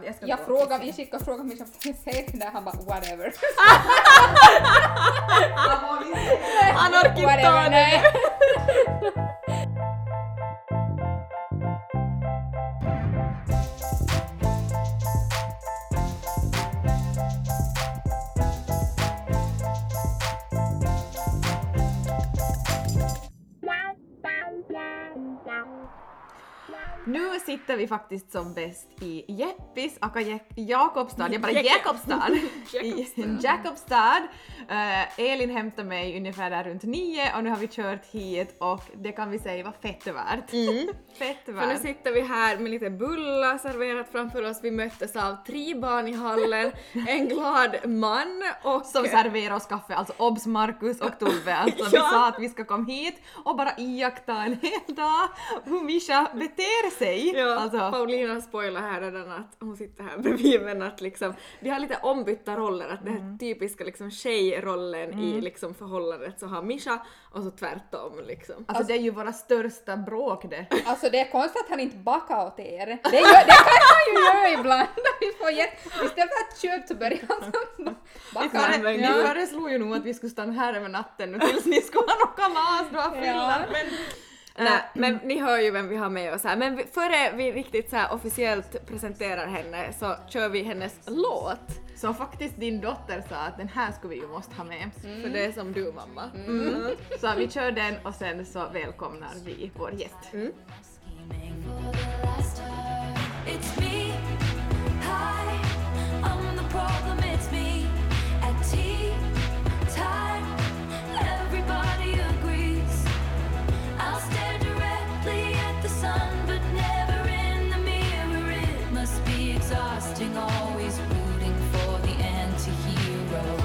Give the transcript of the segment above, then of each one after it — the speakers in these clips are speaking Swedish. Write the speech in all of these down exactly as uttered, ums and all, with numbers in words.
jag ska Jag gå. frågade, jag skickade frågan Mischa, säg det där, han bara whatever. Han orkar inte ta det. Nu sitter vi faktiskt som bäst i Jeppis, aka Jakobstad, jag bara Jakobstad, i Jakobstad. Uh, Elin hämtade mig ungefär där runt nio och nu har vi kört hit och det kan vi säga var fett värt. Mm. Fett För nu värt. sitter vi här med lite bullar serverat framför oss. Vi möttes av tre barn i hallen, en glad man och... Som serverar oss kaffe, alltså obs Markus och Tove. Alltså Ja. vi sa att vi ska komma hit och bara iaktta en hel dag hur Mischa beter sig. Ja, Alltså, Paulina spoilar här redan att hon sitter här bredvid, men att liksom, vi har lite ombytta roller, att det här typiska liksom tjejrollen i liksom förhållandet så har Mischa och så tvärtom liksom. alltså det är ju våra största bråk det. Alltså det är konstigt att han inte bakar åt er. Det, gör, det kan han ju göra ibland. Vi får jätte... Istället för att köpa så börjar han Vi, baka. före, vi Ja. föreslog ju nog att vi skulle stanna här över natten nu tills ni skulle ha något kalas, du har fyllat. Ja. Men, Nej, men ni hör ju vem vi har med oss här. Men vi- före vi riktigt så här officiellt presenterar henne så kör vi hennes låt. så faktiskt din dotter sa att den här skulle vi ju måste ha med. För det är som du mamma. Mm. Så vi kör den och sen så välkomnar vi vår gäst. Scheming for the last time. It's me. Hi, I'm the problem. It's me. At tea time, everybody agrees. I'll stare directly at the sun, but never in the mirror. It must be exhausting, always rooting for the anti-hero.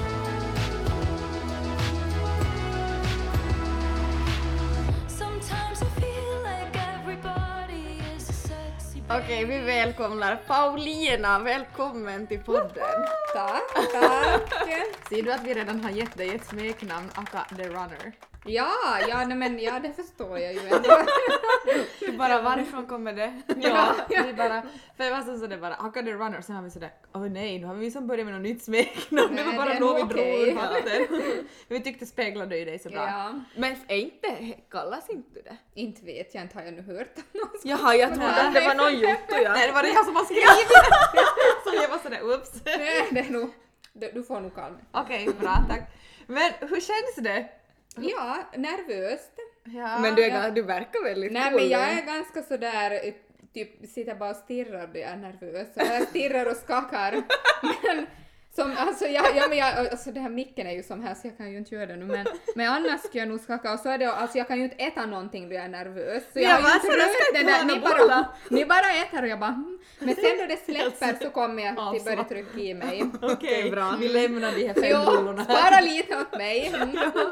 Sometimes I feel like everybody is a sexy Okej, vi välkomnar Paulina. Välkommen till podden. Tack, tack. Ser du att vi redan har gett dig ett smeknamn, aka The Runner? Ja, ja, nej, men ja, det förstår jag ju ändå. Du bara, varifrån kommer det? Ja, vi bara, för det var så sådär bara, aka The Runner, sen har vi sådär, åh nej, nu har vi som börjat med något nytt smeknamn, det var Nej, bara det är något vi nog drog okej. ur hatten. Vi tyckte speglade ju dig så bra. Ja, Men är inte, kallas inte du det? inte vet jag, inte har jag nu hört någon. Jaha, jag trodde att det var någon jotto, ja. Nej, det var det jag som har skrivit. Så jag var sådär, ups. Nej, det är nog, du, du får nog kalla mig. Okej, bra, tack. Men hur känns det? Ja, nervöst. Ja, Men du, är, ja. ga- du verkar väldigt Nej, cool. men jag är ganska sådär, eh, typ sitter bara och stirrar då jag är nervös. Så jag stirrar och skakar. Men, som, alltså, jag, ja, men jag, alltså den här micken är ju som här så jag kan ju inte göra det nu, men, men annars ska jag nog skaka och så är det, alltså jag kan ju inte äta någonting då jag är nervös. Så jag Ja, har ju varför? inte Jag ska rört inte den ha där, ni några bara, bollar. ni bara äter och jag bara hmm. Men sen då det släpper så kommer jag till börja Avslappnat. trycka i mig. okej, bra. vi lämnar de här fem Jo, bullorna här. spara lite åt mig. Mm.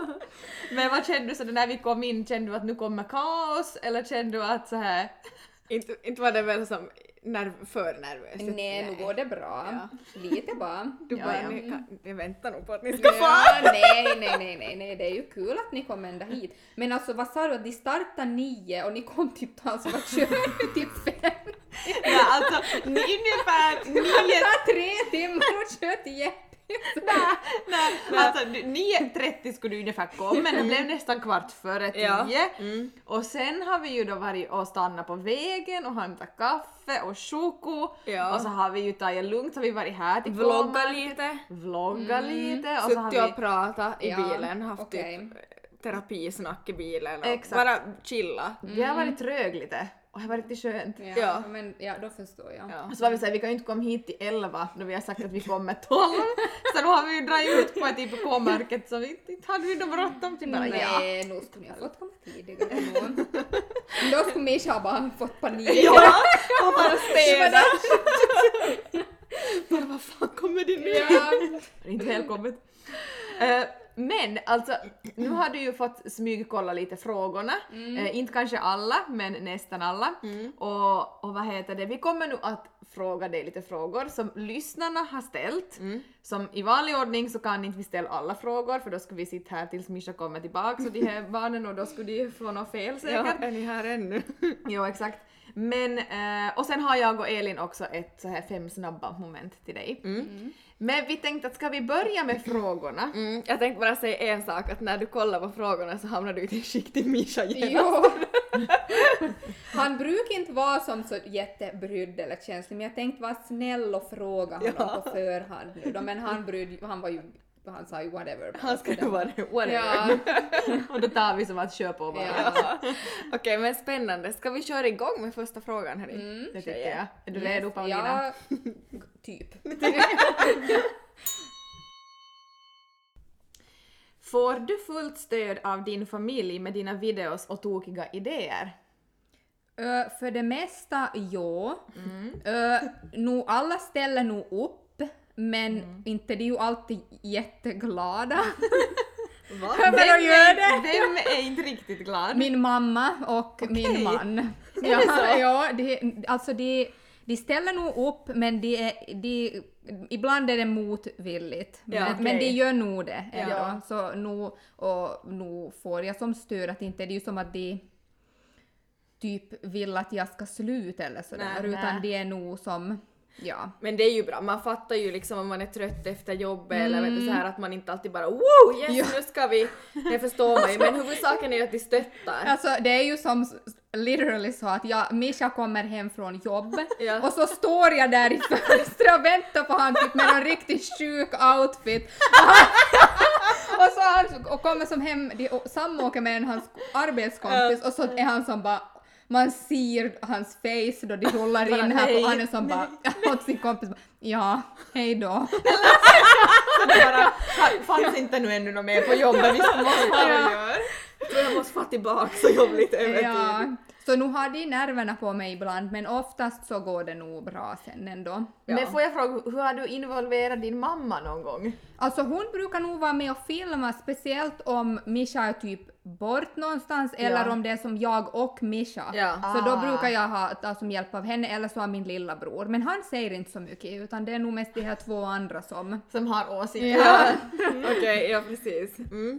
Men vad kände du så när vi kom in, kände du att nu kommer kaos eller kände du att så här? Inte, inte var det väl som nerv, för nervös? Nej, nu går det bra. Lite bara. Du Ja, bara, ja. Ni, kan, jag väntar nog på att ni ska få. Ja, nej, nej, nej, nej, nej, det är ju kul att ni kom ända hit. Men alltså vad sa du, att ni startade nio och ni kom typ, alltså vad kör ni typ fem? Ja, alltså ni- ungefär Det nio, tar tre timmar och kör till Jeppis. nej, nej, alltså nio trettio skulle du ungefär komma, men det blev nästan kvart före Ja. tio. Och sen har vi ju då varit och stannat på vägen och hämtat kaffe och choko. Ja. Och så har vi ju tagit lugnt, så har vi varit här till Vlogga K-market, lite, vlogga lite och så har suttit och vi pratat i Ja, bilen, haft okej. typ terapisnack i bilen och Exakt. bara chilla. vi har varit trög lite och det har varit lite skönt. Ja, Ja. men ja, då förstår jag. Ja. Så var vi såhär, vi kan ju inte komma hit till elva då vi har sagt att vi kommer tolv. Så då har vi ju dragit ut på ett typ K-market så vi inte hade vi då bråttom till bara ja. Nej, nu skulle ni ha fått komma tidigare. Nu. Då skulle Mischa ha bara fått panik. Ja, och bara städa. Bara vad fan kommer det nu? Ja. Inte välkommet. Eh, men alltså, nu har du ju fått smygkolla lite frågorna. Eh, inte kanske alla, men nästan alla. Och, och vad heter det? Vi kommer nu att fråga dig lite frågor som lyssnarna har ställt. Som i vanlig ordning så kan inte vi ställa alla frågor för då skulle vi sitta här tills Mischa kommer tillbaka så de här barnen och då skulle de få något fel säkert. Ja, är ni här ännu? Jo, exakt. Men, eh, och sen har jag och Elin också ett så här fem snabba moment till dig. Mm. Men vi tänkte att ska vi börja med frågorna? Mm. Jag tänkte bara säga en sak, att när du kollar på frågorna så hamnar du i din skick till Misha genast. Jo. Han brukar inte vara som så jättebrydd eller känslig, men jag tänkte vara snäll och fråga honom Ja. på förhand nu då, men han bryd, han var ju, han sa ju whatever. Han ska ju vara det, whatever. Ja. Och då tar vi som att köpa på varandra. Ja. Okej, men spännande. Ska vi köra igång med första frågan här? Mm. Det tycker jag. Är du redo, Paulina? Ja, typ. Får du fullt stöd av din familj med dina videos och tokiga idéer? Ö, för det mesta, ja. Mm. Ö, nog alla ställer nog upp, men Mm. inte de är ju alltid jätteglada. Va? Men de Vem gör är, det. vem är inte riktigt glad? Min mamma och min man. Ja, så? ja det, alltså de, de ställer nog upp, men de är, de, ibland är det motvilligt. Ja, men, okej. men de gör nog det ändå. Ja. Så nu, och nu får jag som stöd att inte det är ju som att de typ vill att jag ska sluta eller sådär, Nej, utan nej. det är nog som, ja. Men det är ju bra, man fattar ju liksom om man är trött efter jobbet eller vet du, så här att man inte alltid bara wow, yes Ja. nu ska vi, det förstår man ju, men huvudsaken är ju att de stöttar. Alltså det är ju som s- literally så att jag, Misha kommer hem från jobb Ja. och så står jag där i fönstret och väntar på han typ med en riktigt sjuk outfit. Och så han och kommer som hem, de och samåker med en hans arbetskompis och så är han som bara, man ser hans face då de rullar in här hej. och han är som bara åt sin kompis bara, ja, hej då. Det bara, ha- fanns inte nu ännu något mer på jobbet, vi ska måste ha Ja. att göra. Jag tror jag måste få tillbaka och jobba lite övertid. Ja, så nu har de nerverna på mig ibland, men oftast så går det nog bra sen ändå. Ja. Men får jag fråga, hur har du involverat din mamma någon gång? Alltså hon brukar nog vara med och filma, speciellt om Misha är typ bort någonstans eller om det är som jag och Misha. Ja. Så då Ah. brukar jag ha ta som hjälp av henne eller så av min lilla bror. Men han säger inte så mycket utan det är nog mest de här två andra som... Som har åsikter? Ja. Okej, ja precis. Mm.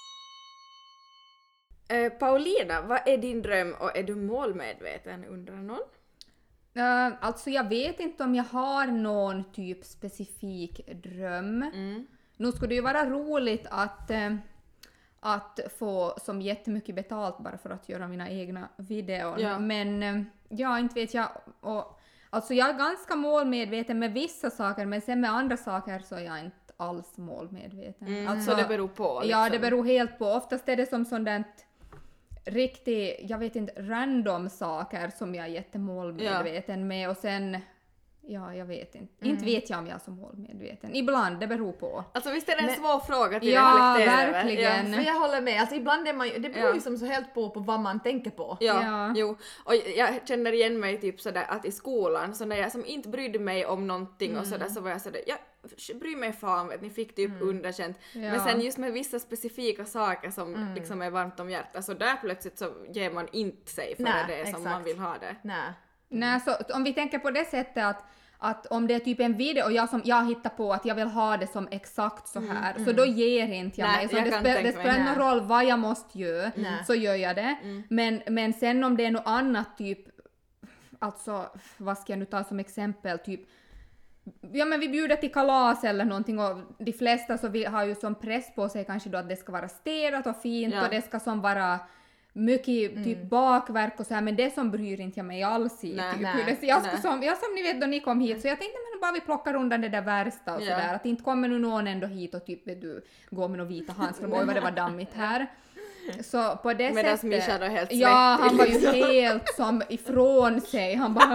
Eh, Paulina, vad är din dröm och är du målmedveten, undrar någon? Uh, alltså jag vet inte om jag har någon typ specifik dröm. Mm. Nu skulle det ju vara roligt att, eh, att få som jättemycket betalt bara för att göra mina egna videor. Ja. Men eh, ja, inte vet jag. Och, alltså jag är ganska målmedveten med vissa saker, men sen med andra saker så är jag inte alls målmedveten. Mm, Alltså, så det beror på? Liksom. Ja, det beror helt på. Oftast är det som sådant riktigt, jag vet inte, random saker som jag är jättemålmedveten med och sen, ja, jag vet inte. Mm. Inte vet jag om jag är så målmedveten. Ibland, det beror på. Alltså visst är det en Men- svår fråga till Ja, reflektera över? verkligen. För jag håller med, alltså ibland är man ju, det beror Ja. ju som så helt på, på vad man tänker på. Ja, Ja. jo. Och jag känner igen mig typ sådär att i skolan, så när jag som inte brydde mig om någonting och sådär så var jag sådär, jag bryr mig fan vet ni, fick typ underkänt. Ja. Men sen just med vissa specifika saker som liksom är varmt om hjärtat, så där plötsligt så ger man inte sig för Nej, det är som exakt. man vill ha det. Nej. Nej, så om vi tänker på det sättet att, att om det är typ en video och jag, som, jag hittar på att jag vill ha det som exakt så här, så då ger inte jag Nej, mig. Så jag det, kan spe, tänka det mig, spelar ingen nej. roll vad jag måste göra, Nej. så gör jag det. Men, men sen om det är något annat typ, alltså vad ska jag nu ta som exempel, typ ja men vi bjuder till kalas eller någonting och de flesta så vi har ju som press på sig kanske då att det ska vara städat och fint Ja. och det ska som vara mycket typ bakverk och så här, men det som bryr inte jag mig alls i. Nej, typ. nej, Hur det, jag, skulle nej. som, jag som ni vet då ni kom hit så jag tänkte men bara vi plockar undan det där värsta och Ja. sådär, att inte kommer nu någon ändå hit och typ vet du går med några vita handskar och oj vad det var dammigt här. Så på det Medan sättet... Misha då helt Ja, svettig, han var ju liksom. helt som ifrån sig. Han bara...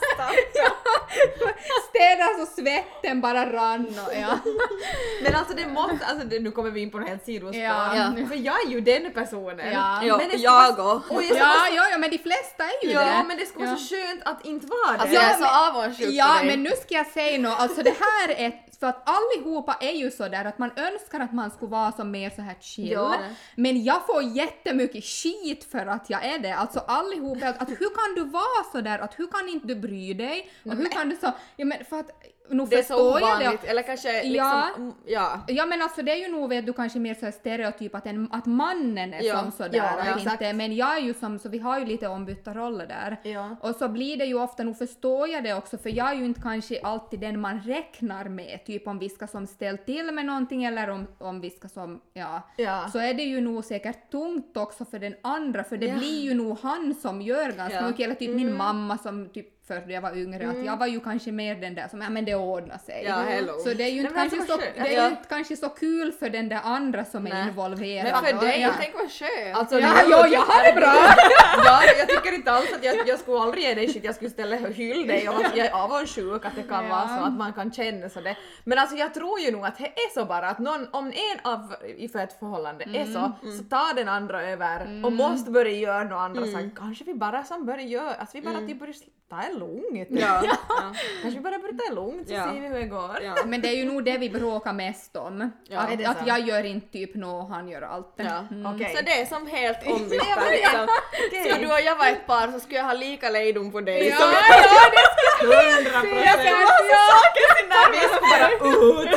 Städade så svetten bara rann och ja. Men alltså det måste, alltså det, nu kommer vi in på något helt sidospår. Ja. Ja. För jag är ju den personen. Ja. Ja, Men det ska jag vara- och... Och jag ska Ja, vara- ja, ja, men de flesta är ju ja, det. men det ska vara Ja. så skönt att inte vara det. Alltså Ja, jag är så men- avundsjuk på Ja, dig. men nu ska jag säga något. Alltså det här är, för att allihopa är ju så där att man önskar att man skulle vara som mer så här chill. Ja. Men jag får jättemycket skit för att jag är det. Alltså allihopa, att, att hur kan du vara så där? Att hur kan inte du bry dig? Och hur kan du så... Ja, men för att nog det är så förstår jag det. ovanligt, eller kanske liksom, Ja. mm, ja. Ja men alltså det är ju nog vet du kanske mer så här stereotyp att, en, att mannen är Ja, som sådär ja, och exakt. inte, men jag är ju som, så vi har ju lite ombytta roller där. Ja. Och så blir det ju ofta, nog förstår jag det också, för jag är ju inte kanske alltid den man räknar med, typ om vi ska som ställa till med någonting eller om, om vi ska som, ja, Ja. så är det ju nog säkert tungt också för den andra, för det Ja. blir ju nog han som gör ganska Ja. mycket, eller typ min mamma som typ förr när jag var yngre, att jag var ju kanske mer den där som, ja men det ordnar sig. Ja, hello. Så det är ju inte, Nej, men kanske, alltså så, vad skönt. det är Ja. ju inte kanske så kul för den där andra som är Nej. involverad. Men för då. dig, ja. tänk vad skönt. Alltså, Ja, nu- ja, jag har det bra! Ja, jag tycker inte alls att jag, jag skulle aldrig ge dig shit, jag skulle istället hylla dig och att jag är avundsjuk att det kan Ja. vara så att man kan känna så det. Men alltså jag tror ju nog att det är så bara att någon, om en av i för ett förhållande är så, så tar den andra över och måste börja göra något andra saker. Kanske vi bara som börjar göra, alltså vi bara typ börjar ta det lugnt. Ja. Ja. Kanske vi bara börjar ta det lugnt så Ja. ser vi hur det går. Ja. Men det är ju nog det vi bråkar mest om. Ja, att är det att så? jag gör inte typ något, han gör allt. Ja. Mm. Okej. Så det är som helt ombytta Ja, men det- liksom. okej. Skulle du och jag vara ett par så skulle jag ha lika lejdom på dig Ja, som ja, det hundra procent. jag säga. Ja. Vi ska bara ut.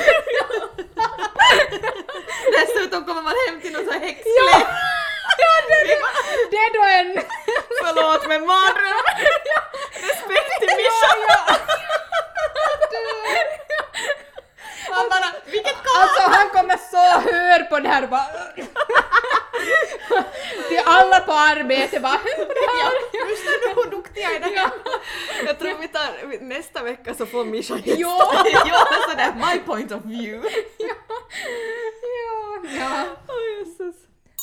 Dessutom kommer man hem till någon sån här häxklädd. Ja, det, det, det är då en... Förlåt men mardröm. Respekt till Mischa. Man bara, vilket Alltså han kommer så hör på det här bara... Till alla på arbetet bara hör på det här. Lyssna nu hur duktig jag är där. Jag tror vi tar nästa vecka så får Mischa gästa. Ja, ja, sådär, my point of view. ja, ja. Åh, Jesus.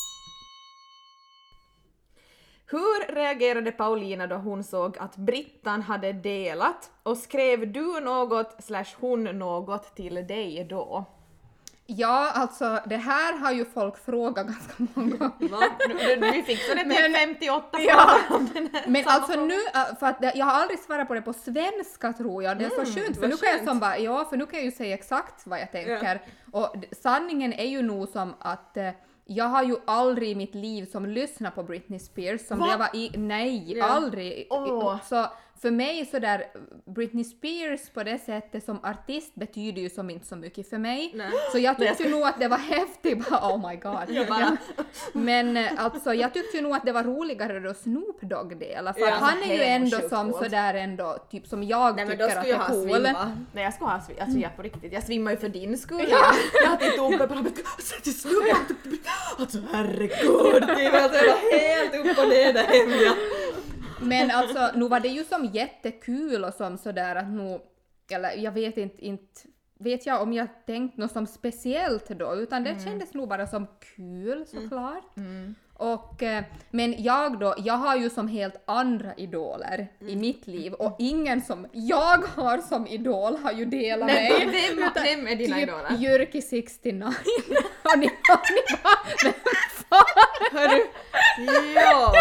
Hur reagerade Paulina då hon såg att Brittan hade delat och skrev du något slash hon något till dig då? Ja, alltså det här har ju folk frågat ganska många gånger. Va? Nu- nu- Vi fixade det Men- femtioåtta Ja. frågor om den här. Men samma alltså fråga. nu, äh, för att det- jag har aldrig svarat på det på svenska tror jag, det är så skönt för vad nu kan jag skönt. som bara, ja för nu kan jag ju säga exakt vad jag tänker. Och d- sanningen är ju nog som att eh, jag har ju aldrig i mitt liv som lyssnat på Britney Spears som Va? jag var i, nej Ja. aldrig. Åh. Så för mig så där Britney Spears på det sättet som artist betyder ju som inte så mycket för mig. Nej. Så jag tyckte ju nog att det var häftigt, bara, oh my god. Jag bara- Men eh, alltså jag tyckte ju nog att det var roligare då Snoop Dogg delar, för Ja, att han är ju helt ändå sjukt som coolt. sådär ändå, typ som jag Nej men tycker då att skulle det jag är ha cool. svimmat. Nej jag ska ha svi- alltså jag på riktigt, jag svimmar ju för din skull. Ja. Jag har tittat uppe på det alltså till slut. Alltså herregud, det var alltså, jag var helt upp och ner där hemma. Men alltså nu var det ju som jättekul och som sådär att nu, eller jag vet inte, inte vet jag om jag tänkt något som speciellt då, utan det kändes nog bara som kul såklart. Och, eh, men jag då, jag har ju som helt andra idoler i mitt liv och ingen som jag har som idol har ju delat Nej, mig. vem, Utan vem är dina typ idoler? Jyrki sextionio. och ni, och ni bara, men fan! Hörru, ja.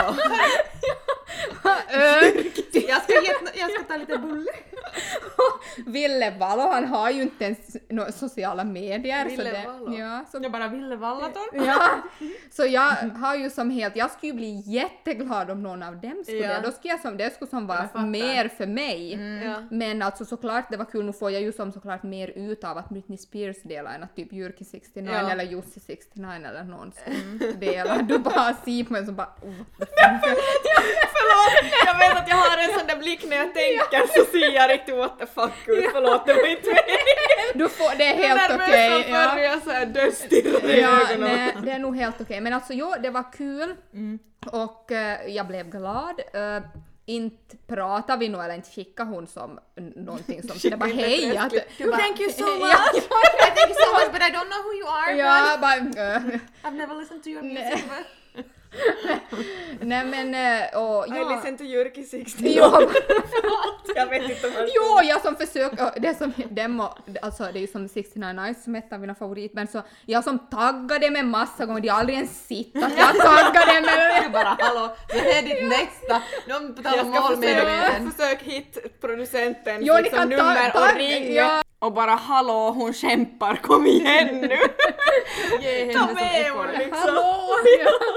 Jag ska, ge, jag ska ta lite bulle. Ville Valo, han har ju inte ens några sociala medier. Ville så det, Valo. ja, så, Jag bara ville Vallaton. ja, så jag har ju som helt, jag skulle ju bli jätteglad om någon av dem skulle, Ja. då skulle jag som, det skulle som vara Jag fattar. mer för mig. Ja. Men alltså såklart det var kul, nu får jag ju som såklart mer ut av att Britney Spears delar än att typ Jyrki sextionio Ja. eller Jussi sextionio eller någon som delar. Du bara ser på mig som bara oh, what the fuck. Förlåt, jag vet att jag har en sån där blick när jag tänker så ser jag riktigt what the fuck ut. Förlåt, det var inte meningen. Du får, det är helt Nervös okej. som förr när jag såhär dödstirrar i Ja, ögonen. nej, det är nog helt okej. Men alltså jo, det var kul och eh, jag blev glad. Uh, inte pratar vi nog eller inte skickar hon som n- någonting som det bara hej att... Thank you so Ja, much! I thank you so much but I don't know who you are. ja, bara... eh, I've never listened to your Nej. music. but- nej men... eh, och, I ja. listen to Jyrki sextionio. Jo, Jag vet inte om jag jo, jag som försöker, det som dem och, alltså det är ju som sextionio Nice som är ett av mina favoritband, så jag som taggade med massa gånger, de har aldrig ens sett att jag taggade med Jag bara hallå, det är ditt nästa. De på tal Jag om ska försöka, målmedveten. försöka hitta producentens Jo, ni liksom, kan ta- nummer ta- och ringa ja. och bara hallå hon kämpar, kom igen nu! Ge henne Ta som med effort. hon liksom! Hallå!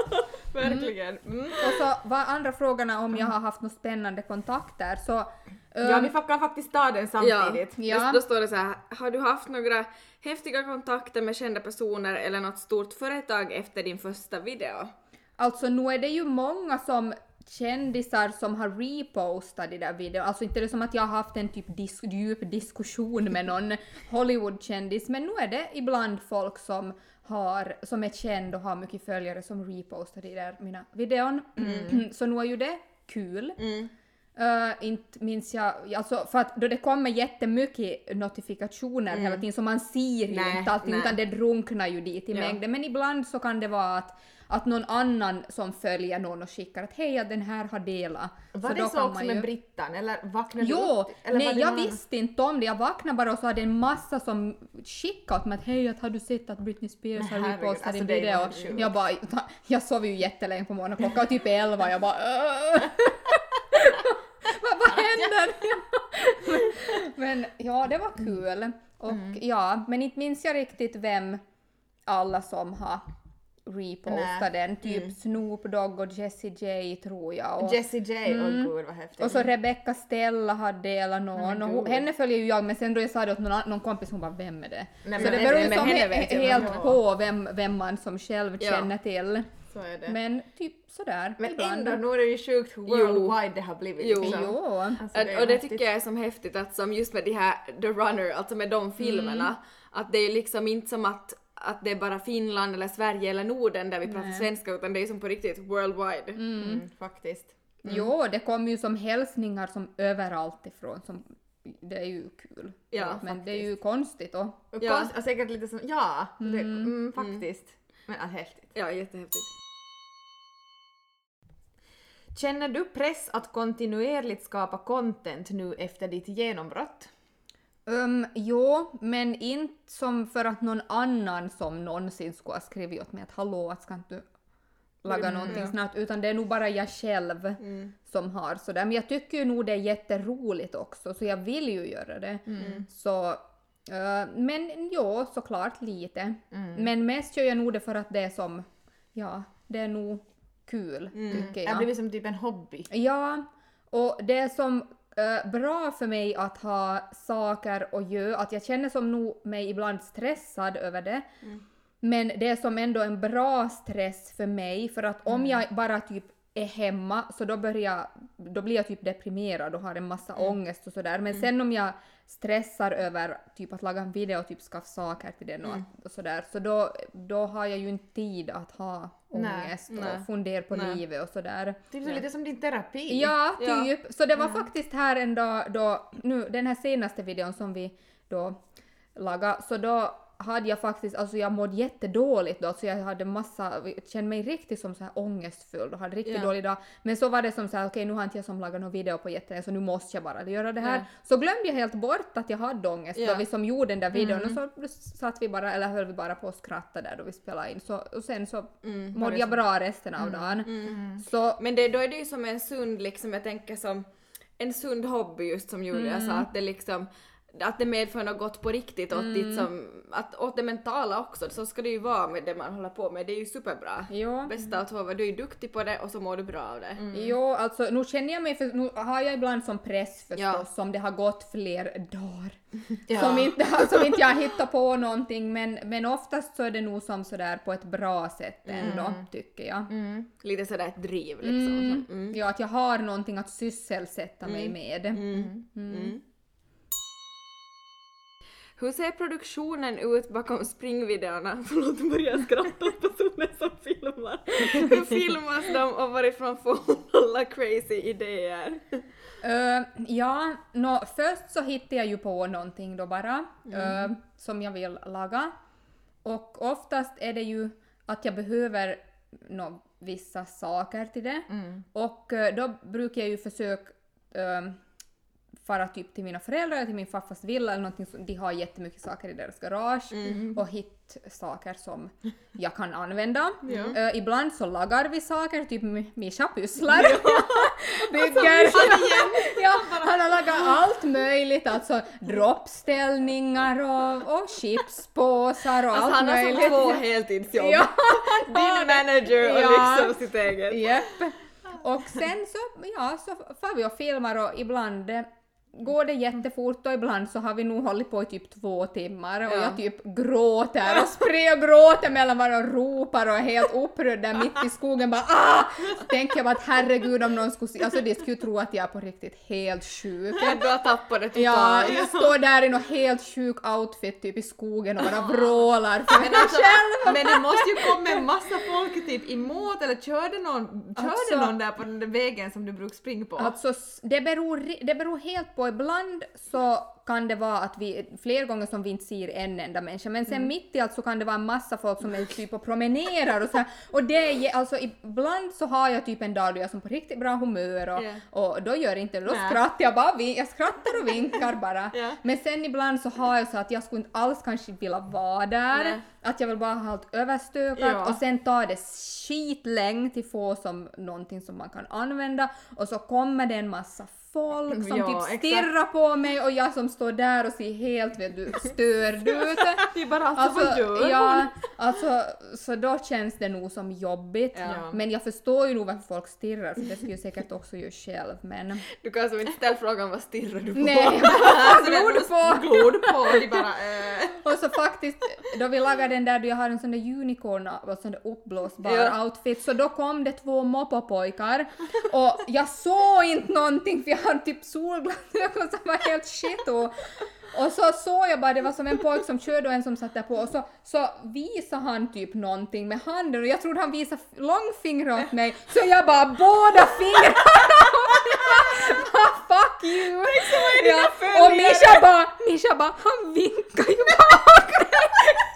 Verkligen. Mm. Och så var andra frågorna om jag har haft några spännande kontakter, så Ja, vi kan faktiskt ta den samtidigt. Ja. Då, då står det så här, har du haft några häftiga kontakter med kända personer eller något stort företag efter din första video? Alltså nu är det ju många som kändisar som har repostat de där videorna. Alltså inte det som att jag har haft en typ dis- djup diskussion med någon Hollywood-kändis, men nu är det ibland folk som har, som är känd och har mycket följare som repostar de där mina videon. Mm. Så nu är ju det kul. Mm. Uh, inte minns jag, alltså för att då det kommer jättemycket notifikationer Mm. hela tiden så man ser ju Nej, inte allting nej. utan det drunknar ju dit i Ja. mängden. Men ibland så kan det vara att, att någon annan som följer någon och skickar att hej, att den här har delat. Var så det då så kan också man med ju... Brittan, eller vaknade du Jo, upp? Eller var nej det jag någon annan? visste inte om det. Jag vaknade bara och så hade en massa som skickade åt mig att hej, att har du sett att Britney Spears Nej, har herregud, repostat alltså din det är video? helt sjukt. Jag bara, jag sov ju jättelänge på morgonen, klockan var typ elva, jag bara "Åh." vad, vad händer? Men ja, det var kul. Och ja, men inte minns jag riktigt vem alla som har repostat Nej. den. Typ Snoop Dogg och Jessie J tror jag. Och, Jessie J, åh gud vad häftigt. och så Rebecca Stella hade delat någon. Och hon, henne följer ju jag, men sen då jag sa det åt någon, någon kompis, hon bara vem är det? Nej, så men det det- beror ju men som henne he, vet jag helt vem hon på vem, vem man som själv Ja. känner till. Så är det. Men typ sådär. Men ibland. ändå, nu är det ju sjukt hur worldwide det har blivit. Jo. liksom. Jo. Alltså, Och det, är och det häftigt. tycker jag är som häftigt att som just med de här The Runner, alltså med de filmerna, att det är liksom inte som att, att det är bara Finland eller Sverige eller Norden där vi pratar svenska, utan det är som på riktigt worldwide. Mm, faktiskt. Jo, det kommer ju som hälsningar som överallt ifrån. Som, det är ju kul. Ja, men det är ju konstigt då. Och Ja. konst, och säkert lite som, ja, det, mm, faktiskt. Men äh, häftigt. Ja, jättehäftigt. Känner du press att kontinuerligt skapa content nu efter ditt genombrott? Um, jo, men inte som för att någon annan som någonsin skulle ha skrivit åt mig att hallå, att ska inte du laga någonting snart, utan det är nog bara jag själv som har sådär. Men jag tycker ju nog det är jätteroligt också, så jag vill ju göra det. Så, uh, men jo, såklart lite. Men mest gör jag nog det för att det är som, ja, det är nog kul, tycker Det jag. har blivit som typ en hobby. Ja, och det är som eh, bra för mig att ha saker att göra, att jag känner som nog mig ibland stressad över det. Men det är som ändå en bra stress för mig, för att om jag bara typ är hemma så då börjar då blir jag typ deprimerad och har en massa ångest och sådär. Men sen om jag stressar över typ att laga en video och typ skaffa saker till den och, och sådär, så då, då har jag ju inte tid att ha ångest nej. och fundera på Nej. livet och sådär. Typ så lite som din terapi. Ja, Ja. typ. Så det var faktiskt här en dag då, nu den här senaste videon som vi då lagade, så då hade jag faktiskt, alltså jag mådde jättedåligt då, så jag hade massa, kände mig riktigt som så här ångestfull och hade riktigt Ja. dålig dag. Men så var det som så här, okej nu har inte jag som lagat någon video på jättelänge så nu måste jag bara göra det här. Ja. Så glömde jag helt bort att jag hade ångest Ja. då vi som gjorde den där videon och så satt vi bara, eller höll vi bara på att skratta där då vi spelade in. Så, och sen så mådde jag bra resten av dagen. Så Men det, då är det ju som en sund, liksom, jag tänker som en sund hobby, just som Julia sa, att det liksom att det medför något gott på riktigt åt, ditt som, att, åt det mentala också, så ska det ju vara med det man håller på med, det är ju superbra. ja. Bästa av två, var du är duktig på det och så mår du bra av det. Jo, alltså nu känner jag mig, för nu har jag ibland som press förstås, Ja. som det har gått fler dagar. Ja. Som, inte, som inte jag hittar på någonting, men, men oftast så är det nog som sådär på ett bra sätt ändå, tycker jag. Lite sådär ett driv liksom. Mm. Så, mm. Ja, att jag har någonting att sysselsätta mig med. Mm. Mm. Hur ser produktionen ut bakom springvideorna? Förlåt, nu börjar jag skratta åt personen som filmar. Hur filmas de och varifrån får hon alla crazy idéer? Uh, ja, nå, först så hittade jag ju på någonting då bara uh, som jag vill laga. Och oftast är det ju att jag behöver nå, vissa saker till det. Och uh, då brukar jag ju försöka uh, fara typ till mina föräldrar eller till min farfars villa eller någonting, som de har jättemycket saker i deras garage och hitta saker som jag kan använda. Uh, ibland så lagar vi saker, typ M- Mischa pysslar. Bygger. Ja, han har lagat allt möjligt, alltså droppställningar och, och chipspåsar och Alltså allt han har möjligt. som två heltidsjobb. Ja. Din manager och Ja. liksom sitt eget. Japp. Och sen så, ja, så far vi och filmar och ibland, går det jättefort och ibland så har vi nog hållit på i typ två timmar och ja. jag typ gråter och springer och gråter mellan varandra och ropar och är helt upprörd där mitt i skogen bara ah! Så tänker jag bara att herregud om någon skulle, alltså det skulle tro att jag är på riktigt helt sjuk. Du har tappat det totalt. Ja, jag står där i någon helt sjuk outfit typ i skogen och bara vrålar för mig alltså, själv. Men det måste ju komma en massa folk typ emot eller körde någon, körde Alltså- någon där på den där vägen som du brukar springa på? Alltså s- det beror, ri- det beror helt på, ibland så kan det vara att vi, fler gånger som vi inte ser en enda människa, men sen Mm. mitt i allt så kan det vara en massa folk som är typ och promenerar och så här, och det är, ge- alltså ibland så har jag typ en dag då jag är som på riktigt bra humör och, Ja. och då gör inte det, då Nej. skrattar jag bara, vin- jag skrattar och vinkar bara. Ja. Men sen ibland så har jag så att jag skulle inte alls kanske vilja vara där, Nej. att jag vill bara ha allt överstökat Ja. och sen tar det skitlänge till få som någonting som man kan använda och så kommer det en massa folk som Ja, typ exakt. stirrar på mig och jag som står där och ser helt vet du, störd ut. Det är bara alltså, vad gör Alltså, hon? ja, alltså, så då känns det nog som jobbigt. Ja. Men jag förstår ju nog varför folk stirrar för det skulle jag säkert också göra själv. Men Du kan alltså inte ställa frågan vad stirrar du på? nej, Alltså, vad tror du på? Glor du på? De bara äh. Och så faktiskt, då vi lagade den där då jag har en sån där unicorn och sån där uppblåsbar Ja. outfit, så då kom det två moppopojkar och jag såg inte någonting för jag hade typ solglasögon som var helt shit och, och så såg jag bara, det var som en pojk som körde och en som satt där på och så, så visade han typ någonting med handen och jag trodde han visade f- långfingrar åt mig så jag bara båda fingrarna bara fuck you! Ja, och Mischa bara, Mischa bara, han vinkar ju bak mig!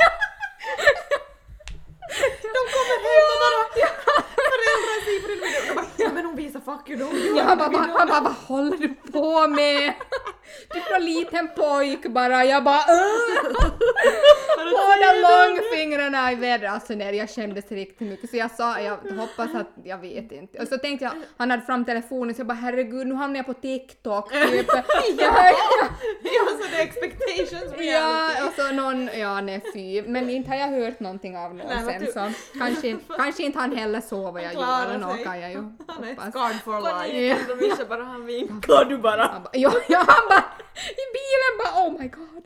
De kommer hem och bara föräldrar säger på den videon. De bara ja men hon visar fuck you don't. Ja, han bara, bara, han bara, vad håller du på med? Typ en liten pojk bara, jag bara uh! Båda långfingrarna i vädret, alltså nej, jag kändes riktigt mycket så jag sa, jag hoppas att, jag vet inte. Och så tänkte jag, han hade fram telefonen så jag bara herregud nu hamnar jag på TikTok typ. ja, Ja så det är expectations reality. ja, och så någon, ja nej fy, men inte har jag hört någonting av någon Nej, men sen du- så kanske, kanske inte han heller såg vad jag gjorde, Klarar eller något sig. kan jag ju Han är hoppas. scarred for life. Ja. De visar bara han vinkar du bara. Han bara, ja, ja, han bara i bilen bara oh my god.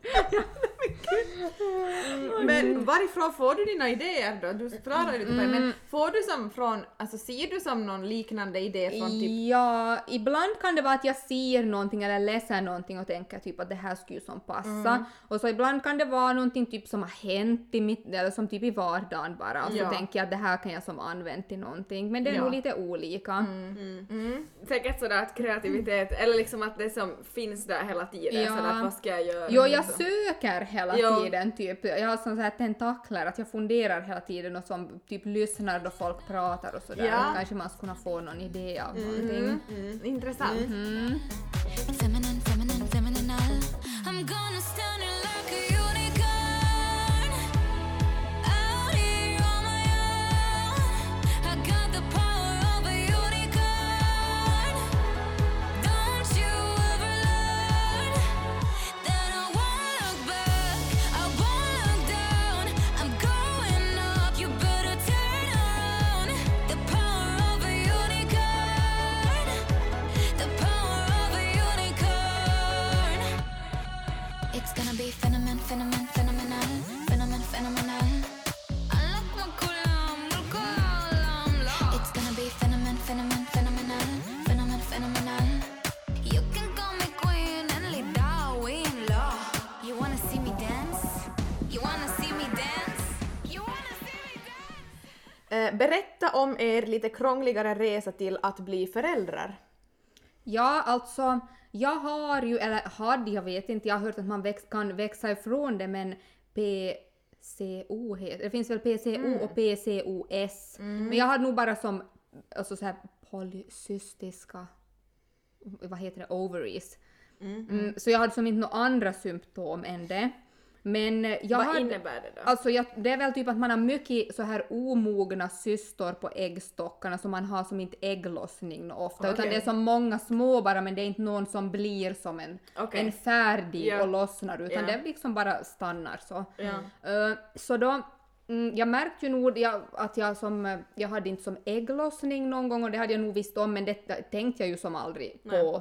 Men varifrån får du dina idéer då? Du förklarar lite på det, Mm. men får du som från, alltså ser du som någon liknande idé från typ Ja, ibland kan det vara att jag ser någonting eller läser någonting och tänker typ att det här skulle ju som passa. Mm. Och så ibland kan det vara någonting typ som har hänt i mitt, eller som typ i vardagen bara. Och så Ja. tänker jag att det här kan jag som använda till någonting. Men det är Ja. nog lite olika. Mm. Säkert sådär att kreativitet, eller liksom att det som finns där hela tiden, Ja. sådär att vad ska jag göra? Jo, jag liksom. söker hela Ja. tiden typ. Jag har sån så här tentakler att jag funderar hela tiden och som typ lyssnar då folk pratar och sådär. Ja. Kanske man skulle kunna få någon idé av någonting. Mm, intressant. Mm. Feminine, feminine, feminine. I'm gonna stand it like a unicorn. Out here on my own. I got the power of a unicorn. Don't you ever learn that I won't look back, I won't look down. I'm going up, you better turn around. The power of a unicorn. The power of a unicorn. It's gonna be phenomen, phenomen, phenomenal, phenomen, phenomenal. Alla kommer kolla, kolla, It's gonna be phenomen, phenomen, phenomenal, phenomen, phenomenal. You can call me queen and lead the in law. You wanna see me dance? You wanna see me dance? You wanna see me dance? Eh, berätta om er lite krångligare resa till att bli föräldrar. Ja, alltså jag har ju, eller hade, jag vet inte, jag har hört att man väx, kan växa ifrån det men P C O heter det. finns väl P C O och P C O S. Men jag hade nog bara som alltså så här polycystiska, vad heter det, ovaries. Mm, så jag hade som inte några andra symptom än det. Men eh, jag Vad hade, innebär det då? Alltså jag, det är väl typ att man har mycket så här omogna cystor på äggstockarna som man har som inte ägglossning ofta. Utan Okej. det är som många små bara men det är inte någon som blir som en, Okej. en färdig Ja. och lossnar utan Ja. det liksom bara stannar så. Ja. Eh, så då, mm, jag märkte ju nog jag, att jag som, eh, jag hade inte som ägglossning någon gång och det hade jag nog visst om men det tänkte jag ju som aldrig på.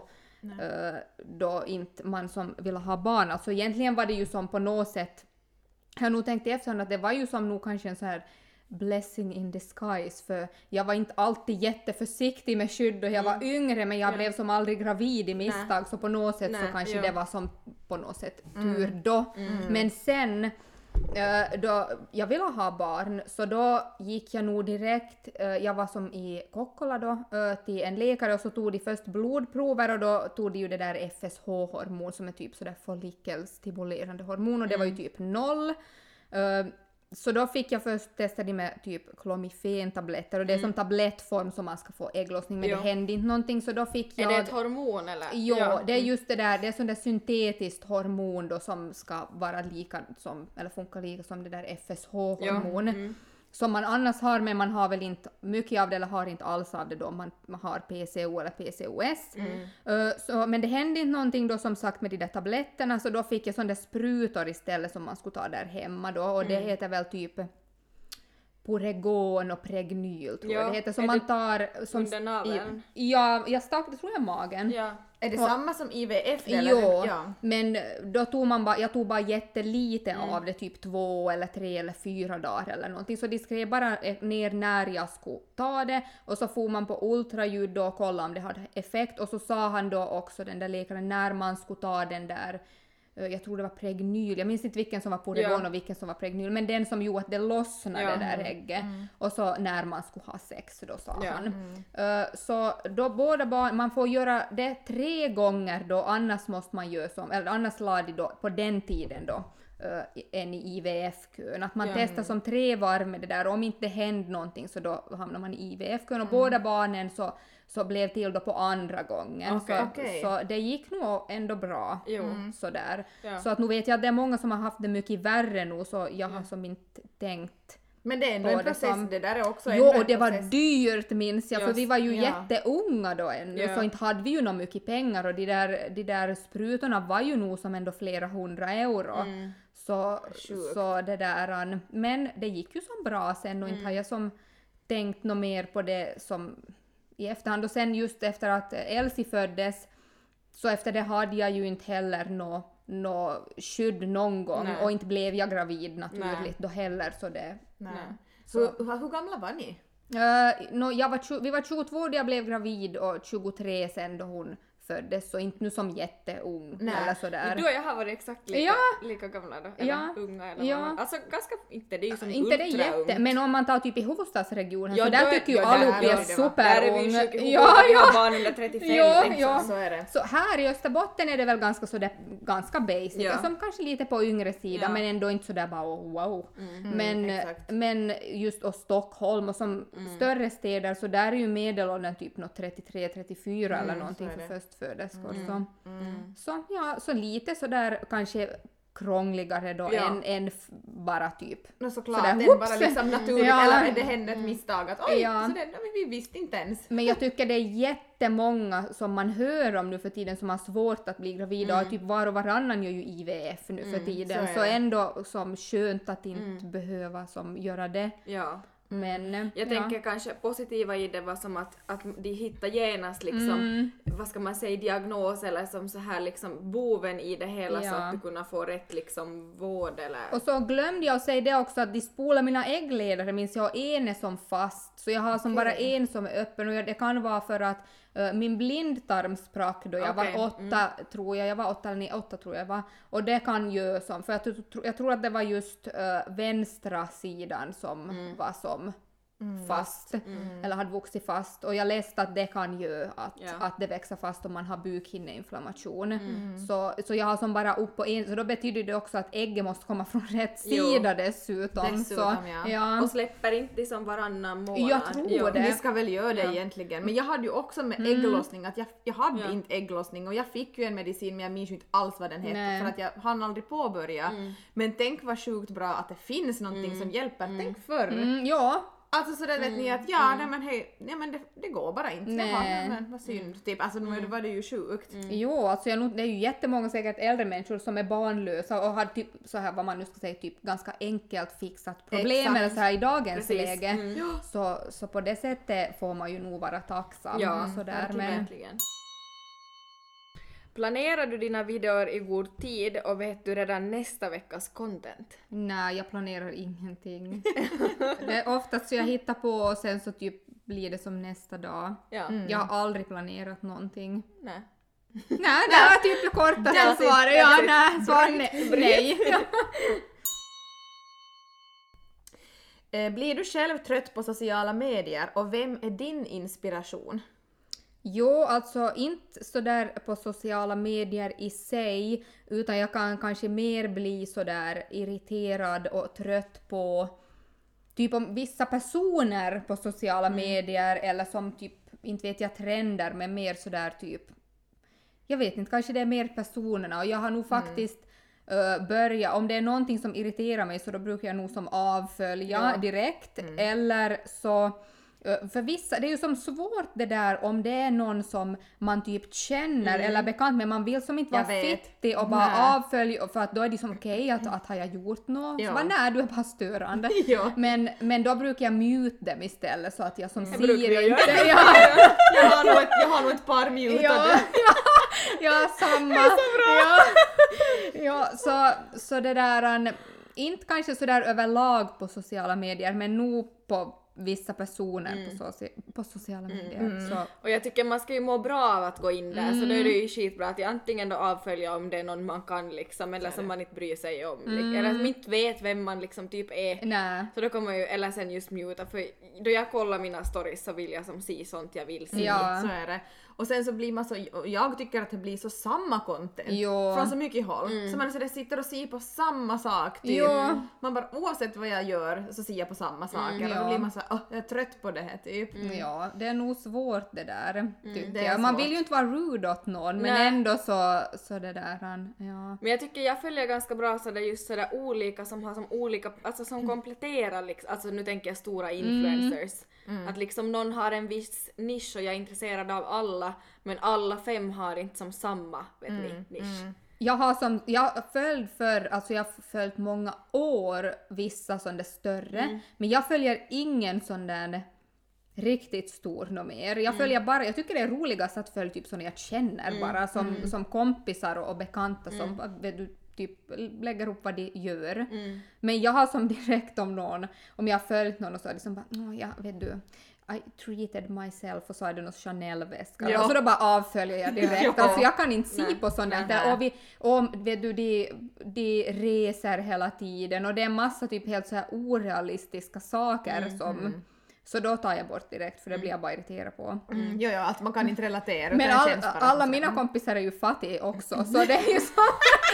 uh, då inte man som ville ha barn. Alltså egentligen var det ju som på något sätt, jag har nog tänkt i efterhand att det var ju som nog kanske en så här blessing in disguise, för jag var inte alltid jätteförsiktig med skydd och jag var yngre, men jag Ja. blev som aldrig gravid i misstag. Nej. Så på något sätt Nej, så kanske ja. det var som på något sätt tur då. Men sen eh, då jag ville ha barn, så då gick jag nog direkt, eh, jag var som i Kokkola då, eh, till en läkare, och så tog de först blodprover, och då tog de ju det där F S H-hormon som är typ sådär follikelstimulerande hormon, och det var ju typ noll. Eh, Så då fick jag först testa det med typ Clomifen-tabletter, och det är som tablettform som man ska få ägglossning, men Jo. det hände inte någonting, så då fick Är jag... det ett hormon eller? Jo, Ja. det är just det där, det är sånt där syntetiskt hormon då som ska vara lika som, eller funka lika som det där F S H-hormon. Ja, mm. Som man annars har, men man har väl inte mycket av det, eller har inte alls av det då man, man har P C O eller P C O S. Mm. Uh, så, men det hände inte någonting då som sagt med de där tabletterna, så då fick jag sådana där sprutor istället som man skulle ta där hemma då, och det Mm. heter väl typ Poregon och Pregnyl tror Ja, jag det heter, som är man det tar... Som under naveln? I, ja, jag stack det tror jag i magen. Ja. Är det Och- samma som I V F? Jo, Eller? Ja. men då tog man bara, jag tog bara jättelite Mm. av det, typ två eller tre eller fyra dagar eller någonting, så de skrev bara ner när jag skulle ta det, och så får man på ultraljud då och kolla om det hade effekt, och så sa han då också, den där läkaren, när man skulle ta den där, eh, jag tror det var Pregnyl, jag minns inte vilken som var Poregon Ja. och vilken som var Pregnyl, men den som gjorde att det lossnade, Ja. det där ägget, och så när man skulle ha sex då sa Ja. han. Uh, så då båda barn, man får göra det tre gånger då, annars måste man göra som, eller annars la de då på den tiden då uh, en i I V F-kön, att man Ja. testar som tre varv med det där, och om inte det hände någonting så då hamnar man i I V F-kön, Mm. och båda barnen så, så blev till då på andra gången. Okej. Så, Okej. så det gick nog ändå bra. Jo. Sådär. Ja. Så att nu vet jag att det är många som har haft det mycket värre nu, så jag har som inte tänkt. Men det är ändå På en det process, som- det där är också Jo, ändå en och det var process. dyrt minns jag, för Just, vi var ju ja. jätteunga då ännu, Ja. så inte hade vi ju något mycket pengar, och de där, de där sprutorna var ju nog som ändå flera hundra euro. Mm. Så, Sjukt. så det där, men det gick ju som bra sen, och inte Mm. har jag som tänkt något mer på det som i efterhand, och sen just efter att Elsie föddes, så efter det hade jag ju inte heller något nå skydd någon gång, Nej. och inte blev jag gravid naturligt Nej. då heller, så det... Nej. Nej. Så, hur, hur gamla var ni? Uh, no, jag var tju- vi var tjugotvå då jag blev gravid, och tjugotre sen då hon föddes, så inte nu som jätteung Nej. eller sådär. Du och jag har varit exakt lika, Ja. lika gamla då, eller Ja. unga eller Ja. vad man, alltså ganska, inte det är ju som Inte det ultra jätte, ungt. men om man tar typ i huvudstadsregionen, Ja, så då där är- tycker ju ja, allihop där vi är är det va. superung. Där är vi ju sjuka i huvudet, Ja, vi har ja. barn under trettiofem Ja, liksom. ja. Så är det. Så här i Österbotten är det väl ganska sådär, ganska basic, Ja. som kanske lite på yngre sidan, Ja. men ändå inte sådär bara oh, wow. Mm. Men, exakt. men just och Stockholm och som större städer, så där är ju medelåldern typ något trettiotre trettiofyra eller någonting så är för det. förstföderskor. Så. Mm. Så, ja, så lite sådär kanske krångligare då Ja. än, än f- bara typ. No, såklart, Sådär, det är whoops. bara liksom naturligt, Ja. eller det hände ett misstag att oj, Ja. så det, no, vi visste inte ens. Men jag tycker det är jättemånga som man hör om nu för tiden som har svårt att bli gravida, och typ var och varannan gör ju I V F nu för tiden, så så, är det. ändå som skönt att inte behöva som göra det. Ja. Men Jag ja. tänker kanske positiva i det var som att, att de hittar genast liksom, Mm. vad ska man säga, diagnos eller som så här liksom boven i det hela så Ja. att du kunna få rätt liksom vård eller... Och så glömde jag att säga det också, att de spolar mina äggledare minns jag, en är som fast, så jag har som Okej. bara en som är öppen, och jag- det kan vara för att uh, min blindtarm sprack då jag Okej, var åtta tror jag, jag var åtta eller nio, åtta tror jag var, och det kan ju som, för att jag, tro- jag tror att det var just uh, vänstra sidan som var som fast, eller hade vuxit fast, och jag läste att det kan ju att, Ja. att det växer fast om man har bukhinneinflammation. Så, så jag har som bara upp på en, så då betyder det också att ägget måste komma från rätt Jo. sida dessutom. Dessutom, så, ja. ja. Och släpper inte liksom varannan månad. Jag tror Jo. det. Ni ska väl göra det Ja. egentligen. Men jag hade ju också med Mm. ägglossning att jag, jag hade Ja. inte ägglossning, och jag fick ju en medicin men jag minns ju inte alls vad den hette Nej. för att jag hann aldrig påbörja. Men tänk vad sjukt bra att det finns någonting som hjälper. Tänk förr. Mm, ja, Alltså så där vet ni att ja, nej men hej, nej men det, det går bara inte. Nej. Jaha, nej, men vad synd. Typ, alltså nu var det ju sjukt. jo, alltså jag, nog- det är ju jättemånga säkert äldre människor som är barnlösa och har typ så här vad man nu ska säga typ ganska enkelt fixat problem Exakt. eller så här i dagens Precis. läge. Mm. Så, så på det sättet får man ju nog vara tacksam. Ja, sådär, verkligen, men, verkligen. Planerar du dina videor i god tid och vet du redan nästa veckas content? Nej, jag planerar ingenting. Det är oftast så jag hittar på och sen så typ blir det som nästa dag. Ja. Jag har aldrig planerat någonting. Nej. Nej, det var typ det kortaste That's it, svaret. Ja, that's it. nej, svar nej. nej. Eh, Blir du själv trött på sociala medier och vem är din inspiration? Jo, alltså inte sådär på sociala medier i sig, utan jag kan kanske mer bli sådär irriterad och trött på typ om vissa personer på sociala medier eller som typ, inte vet jag, trender, men mer sådär typ, jag vet inte, kanske det är mer personerna och jag har nog faktiskt uh, börjat, om det är någonting som irriterar mig så då brukar jag nog som avfölja Ja. direkt eller så. För vissa, det är ju som svårt det där om det är någon som man typ känner Mm. eller bekant, men man vill som inte Jag vara vet. fittig och bara Nej. avfölja, för att då är det som okej okay, att, att har jag gjort något? Ja. Så bara, nej, du är bara störande. Ja. Men, men då brukar jag mute dem istället så att jag som Det ser brukar jag inte. göra. Ja, Jag har nog ett, jag har nog ett par mutade. ja, ja, ja, samma. Ja, ja, så, så det där, an, inte kanske sådär överlag på sociala medier, men nog på vissa personer Mm. på, soci- på sociala medier. Så. Och jag tycker man ska ju må bra av att gå in där, så då är det ju skitbra att jag antingen då avfölja om det är någon man kan liksom, eller som man inte bryr sig om, li- eller som inte vet vem man liksom typ är. Nej. Så då kommer jag ju, eller sen just muta, för då jag kollar mina stories så vill jag som se sånt jag vill se. Ja. Så är det. Och sen så blir man så, jag tycker att det blir så samma content Jo. från så mycket håll. Så man så där sitter och ser på samma sak typ. Jo. Man bara oavsett vad jag gör så ser jag på samma saker och ja. då blir man så åh, jag är trött på det här typ. Ja, det är nog svårt det där, tycker det är jag. Man svårt. vill ju inte vara rude åt någon, men Nej. ändå så, så det där, han, ja. Men jag tycker jag följer ganska bra sådär just sådär olika som har som olika, alltså som kompletterar liksom, alltså nu tänker jag stora influencers. Att liksom någon har en viss nisch och jag är intresserad av alla, men alla fem har inte som samma, vet ni, nisch. Jag har som, jag följt för, alltså jag har följt många år vissa sån där större, men jag följer ingen sån där riktigt stor nå mer. Jag följer bara, jag tycker det är roligast att följa typ såna jag känner bara, som, som kompisar och, och bekanta som vet du, typ lägger upp vad de gör. Men jag har som direkt om någon, om jag har följt någon och så är det som bara, oh, ja vet du, I treated myself och så är det någon Chanel-väska. Ja. Och så då bara avföljer jag direkt. Ja. Alltså jag kan inte se Nej. på sånt Nej. där. Och, vi, och vet du, de, de reser hela tiden och det är massa typ helt så här orealistiska saker som... Så då tar jag bort direkt för det blir jag bara irriterad på. Mm. Jo, jo, att man kan inte relatera. utan Men det all, känns bara alla så. mina kompisar är ju fattiga också, så det är ju så...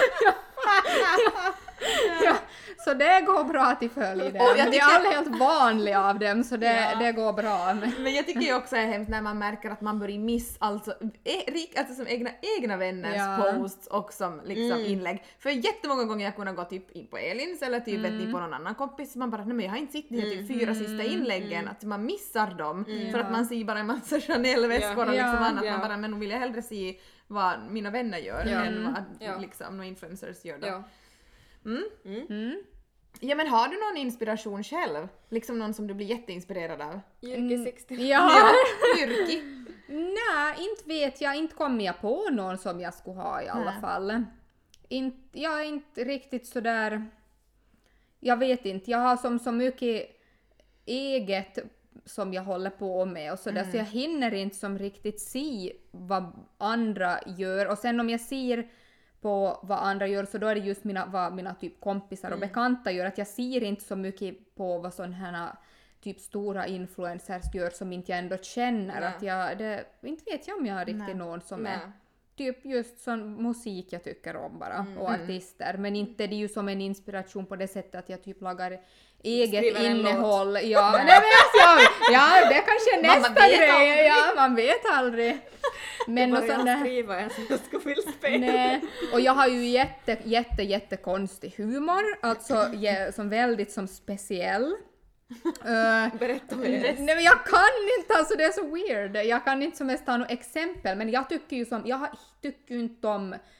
ja, så det går bra att de följer det. Och jag De tycker- är alla helt vanliga av dem, så det, Ja. det går bra. Men, Men jag tycker ju också det är hemskt när man märker att man börjar miss alltså, e- rik, alltså som egna, egna vänners Ja. posts och som liksom inlägg. För jättemånga gånger jag kunde gå typ in på Elins eller typ vet ni, på någon annan kompis, man bara nej men jag har inte sett de här typ fyra sista inläggen, att man missar dem för att man ser bara en massa Chanel-väskor och Ja. liksom annat. Ja. Man bara men nu vill jag hellre se vad mina vänner gör Ja. än vad Ja. liksom några influencers gör då. Ja. mm. Ja men har du någon inspiration själv? Liksom någon som du blir jätteinspirerad av? Jyrki sextio. Ja. Yrki? Nej, inte vet jag. Inte kommer jag på någon som jag skulle ha i alla Nej. fall. Inte, jag är inte riktigt sådär... Jag vet inte. Jag har som så mycket eget som jag håller på med och sådär, så jag hinner inte som riktigt se vad andra gör. Och sen om jag ser på vad andra gör så då är det just mina, vad mina typ kompisar och bekanta gör. Att jag ser inte så mycket på vad sådana här typ stora influencers gör som inte jag ändå känner. Nej. Att jag, det, inte vet jag om jag har riktigt Nej. någon som Nej. är typ just sån musik jag tycker om bara och artister. Men inte det är ju som en inspiration på det sättet att jag typ lagar eget Skriver en innehåll. Ja, nej, men alltså, ja, det kanske är Man nästa vet grej. aldrig. Ja, man vet aldrig. Men något Bara sånt jag där. skriva en som jag skulle vilja spela. Nej, och jag har ju jätte, jätte, jätte konstig humor, alltså je, som väldigt som speciell. Uh, Berätta mer. nej men jag kan inte, alltså det är så weird. Jag kan inte som helst ta något exempel, men jag tycker ju som, jag har- tycker ju inte om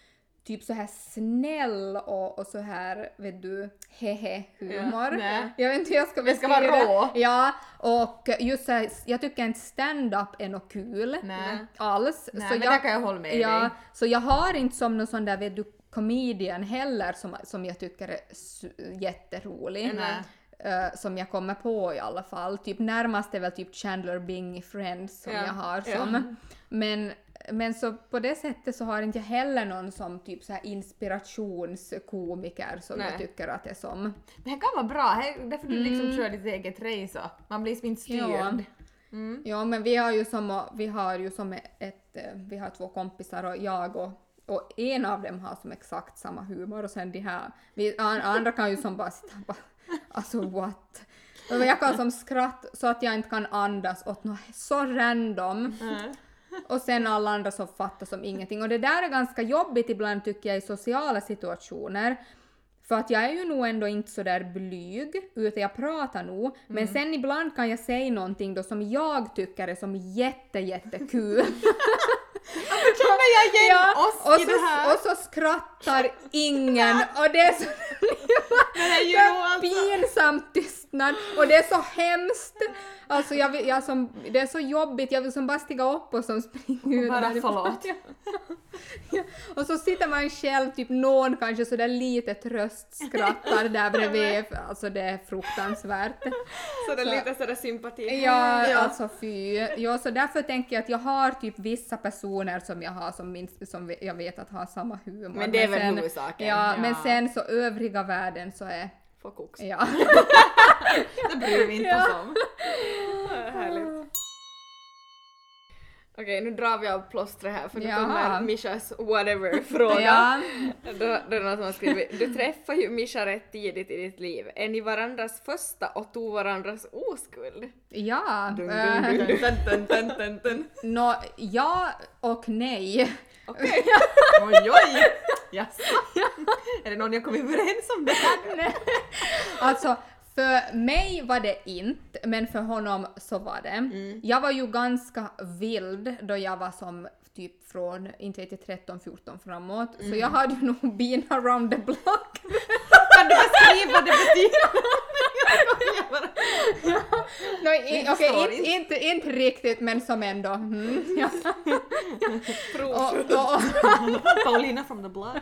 typ så här snäll och, och så här, vet du, hehe-humor. nej. Jag vet inte hur jag ska Det ska beskriva vara det. rå. Ja, och just så här, jag tycker inte stand-up är något kul Nej. alls. Nej, så men jag, där kan jag hålla med ja, dig. Så jag har inte som någon sån där, vet du, comedian heller som, som jag tycker är su- jätterolig. Nej. Uh, som jag kommer på i alla fall. Typ närmast är väl typ Chandler Bing i Friends som Ja, jag har ja. som. Men, men så på det sättet så har inte jag heller någon som typ så här inspirationskomiker som Nej. jag tycker att det är som. Det här kan vara bra, här, därför du liksom kör ditt eget race och man blir som inte styrd. Ja. Mm. Ja, men vi har ju som, vi har ju som ett, eh, vi har två kompisar och jag och, och en av dem har som exakt samma humor och sen de här, vi, an, andra kan ju som bara sitta och bara, alltså what? Och jag kan som skratt så att jag inte kan andas åt något så random. Mm. Och sen alla andra som fattar som ingenting. Och det där är ganska jobbigt ibland tycker jag i sociala situationer. För att jag är ju nog ändå inte så där blyg, utan jag pratar nog. Men sen ibland kan jag säga någonting då som jag tycker är som jätte, jättekul. Känner jag igen oss och i så, det här? och så skrattar ingen. Och det är så, Det är ju det är roligt. pinsam tystnad. Och det är så hemskt. Alltså jag, vill- jag som, det är så jobbigt. Jag vill som bara stiga upp och som springa ut Bara därifrån. förlåt. Ja. Och så sitter man själv, typ någon kanske sådär lite tröstskrattar där bredvid. Alltså det är fruktansvärt. Så det är Så- lite sådär sympati. Ja, Ja. alltså fy. Ja, så därför tänker jag att jag har typ vissa personer som jag har som, minst, som jag vet att har samma humor. Men det är väl sen, huvudsaken. Ja, Ja. men sen så övriga världen så är, Få koks. ja. Det bryr vi inte Ja. oss om. Härligt. Okej, nu drar vi av plåstret här för nu Jaha. kommer Mishas whatever-fråga. Ja. Då, då är det någon som har skrivit, du träffar ju Misha rätt tidigt i ditt liv. Är ni varandras första och tog varandras oskuld? Ja. Dun, äh, dun, dun, dun, dun, dun, dun, dun. nå, ja och nej. Okej. Oj, oj! Jaså? Är det någon jag kom överens om det här? Nej. Alltså, för mig var det inte, men för honom så var det. Mm. Jag var ju ganska vild då jag var som typ från, inte vet jag, tretton fjorton framåt. Så Mm. jag hade ju nog been around the block. Kan du beskriva vad det betyder? Jag skojar bara. no, i, Jag Okej, förstår inte, inte, inte riktigt, men som ändå. Mm, ja. Prov. och, och, och, Paulina from the block.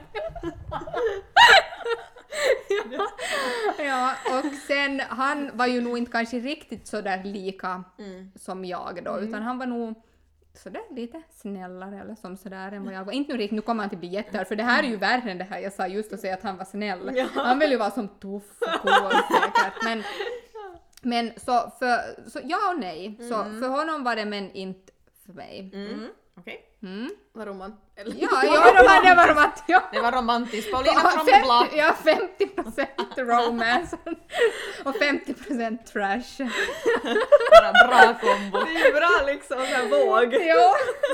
ja, och sen, han var ju nog inte kanske riktigt så där lika Mm. som jag då, utan han var nog sådär lite snällare eller som sådär än vad jag var. Inte nu riktigt, nu kommer han till bli jättearg, för det här är ju värre än det här jag sa just att säga att han var snäll. Han vill ju vara som tuff och cool säkert, men, men så, för, så ja och nej. Så för honom var det men inte för mig. Mm. Okej. Mm. Vad romant. Eller? Ja, ja, det var, det var romantiskt. Ja. Det var romantiskt. Paulina Ja, from the block. femtio, ja, femtio procent romance och femtio procent trash. Bara bra kombo. Det är ju bra liksom, en våg. Ja.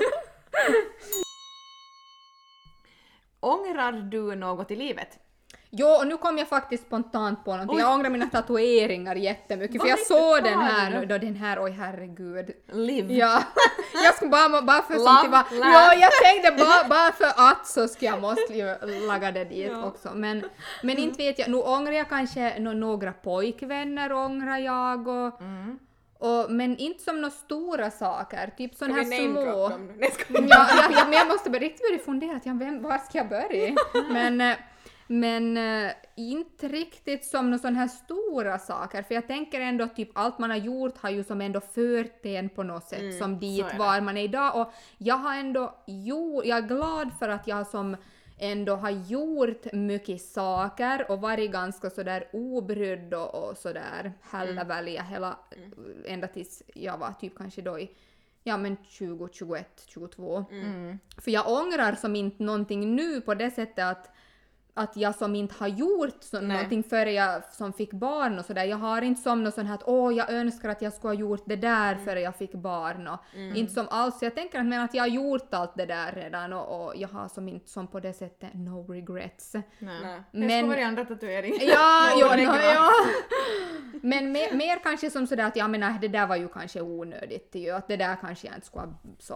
Ångrar du något i livet? Jo, och nu kom jag faktiskt spontant på någonting. Oj. Jag ångrar mina tatueringar jättemycket, för Vad jag riktigt såg var den det här då? nu, då den här, oj herregud. Live. Ja, jag skulle bara, bara för som Love, till bara, laugh. ja, jag tänkte bara, bara för att så ska jag måste ju laga det dit också. Men, men inte vet jag, nu ångrar jag kanske no, några pojkvänner ångrar jag och, Mm. och men inte som några stora saker, typ sån Ska här vi små. namedroppa dem nu? Nej, ska vi- Ja, ja, ja, men jag måste bara riktigt börja fundera, att, ja, vem, var ska jag börja? Men, eh, men eh, inte riktigt som några sådana här stora saker, för jag tänker ändå typ allt man har gjort har ju som ändå fört en på något sätt som dit är det. var man är idag, och jag har ändå gjort, jag är glad för att jag som ändå har gjort mycket saker och varit ganska sådär obrydd och, och sådär hällavälja hela, ända tills jag var typ kanske då i ja men tjugo, tjugoett, tjugotvå. Mm. För jag ångrar som inte någonting nu på det sättet att att jag som inte har gjort så Nej. någonting före jag som fick barn och sådär. Jag har inte som något sånt här att åh, jag önskar att jag skulle ha gjort det där före jag fick barn och inte som alls. Jag tänker att, men att jag har gjort allt det där redan och, och jag har som inte som på det sättet no regrets. Nej. Nej. Det Men- ska vara i andra tatuering. Ja, No jo, no, regrets. ja. Men mer, mer kanske som sådär att jag menar det där var ju kanske onödigt ju, att det där kanske jag inte skulle ha som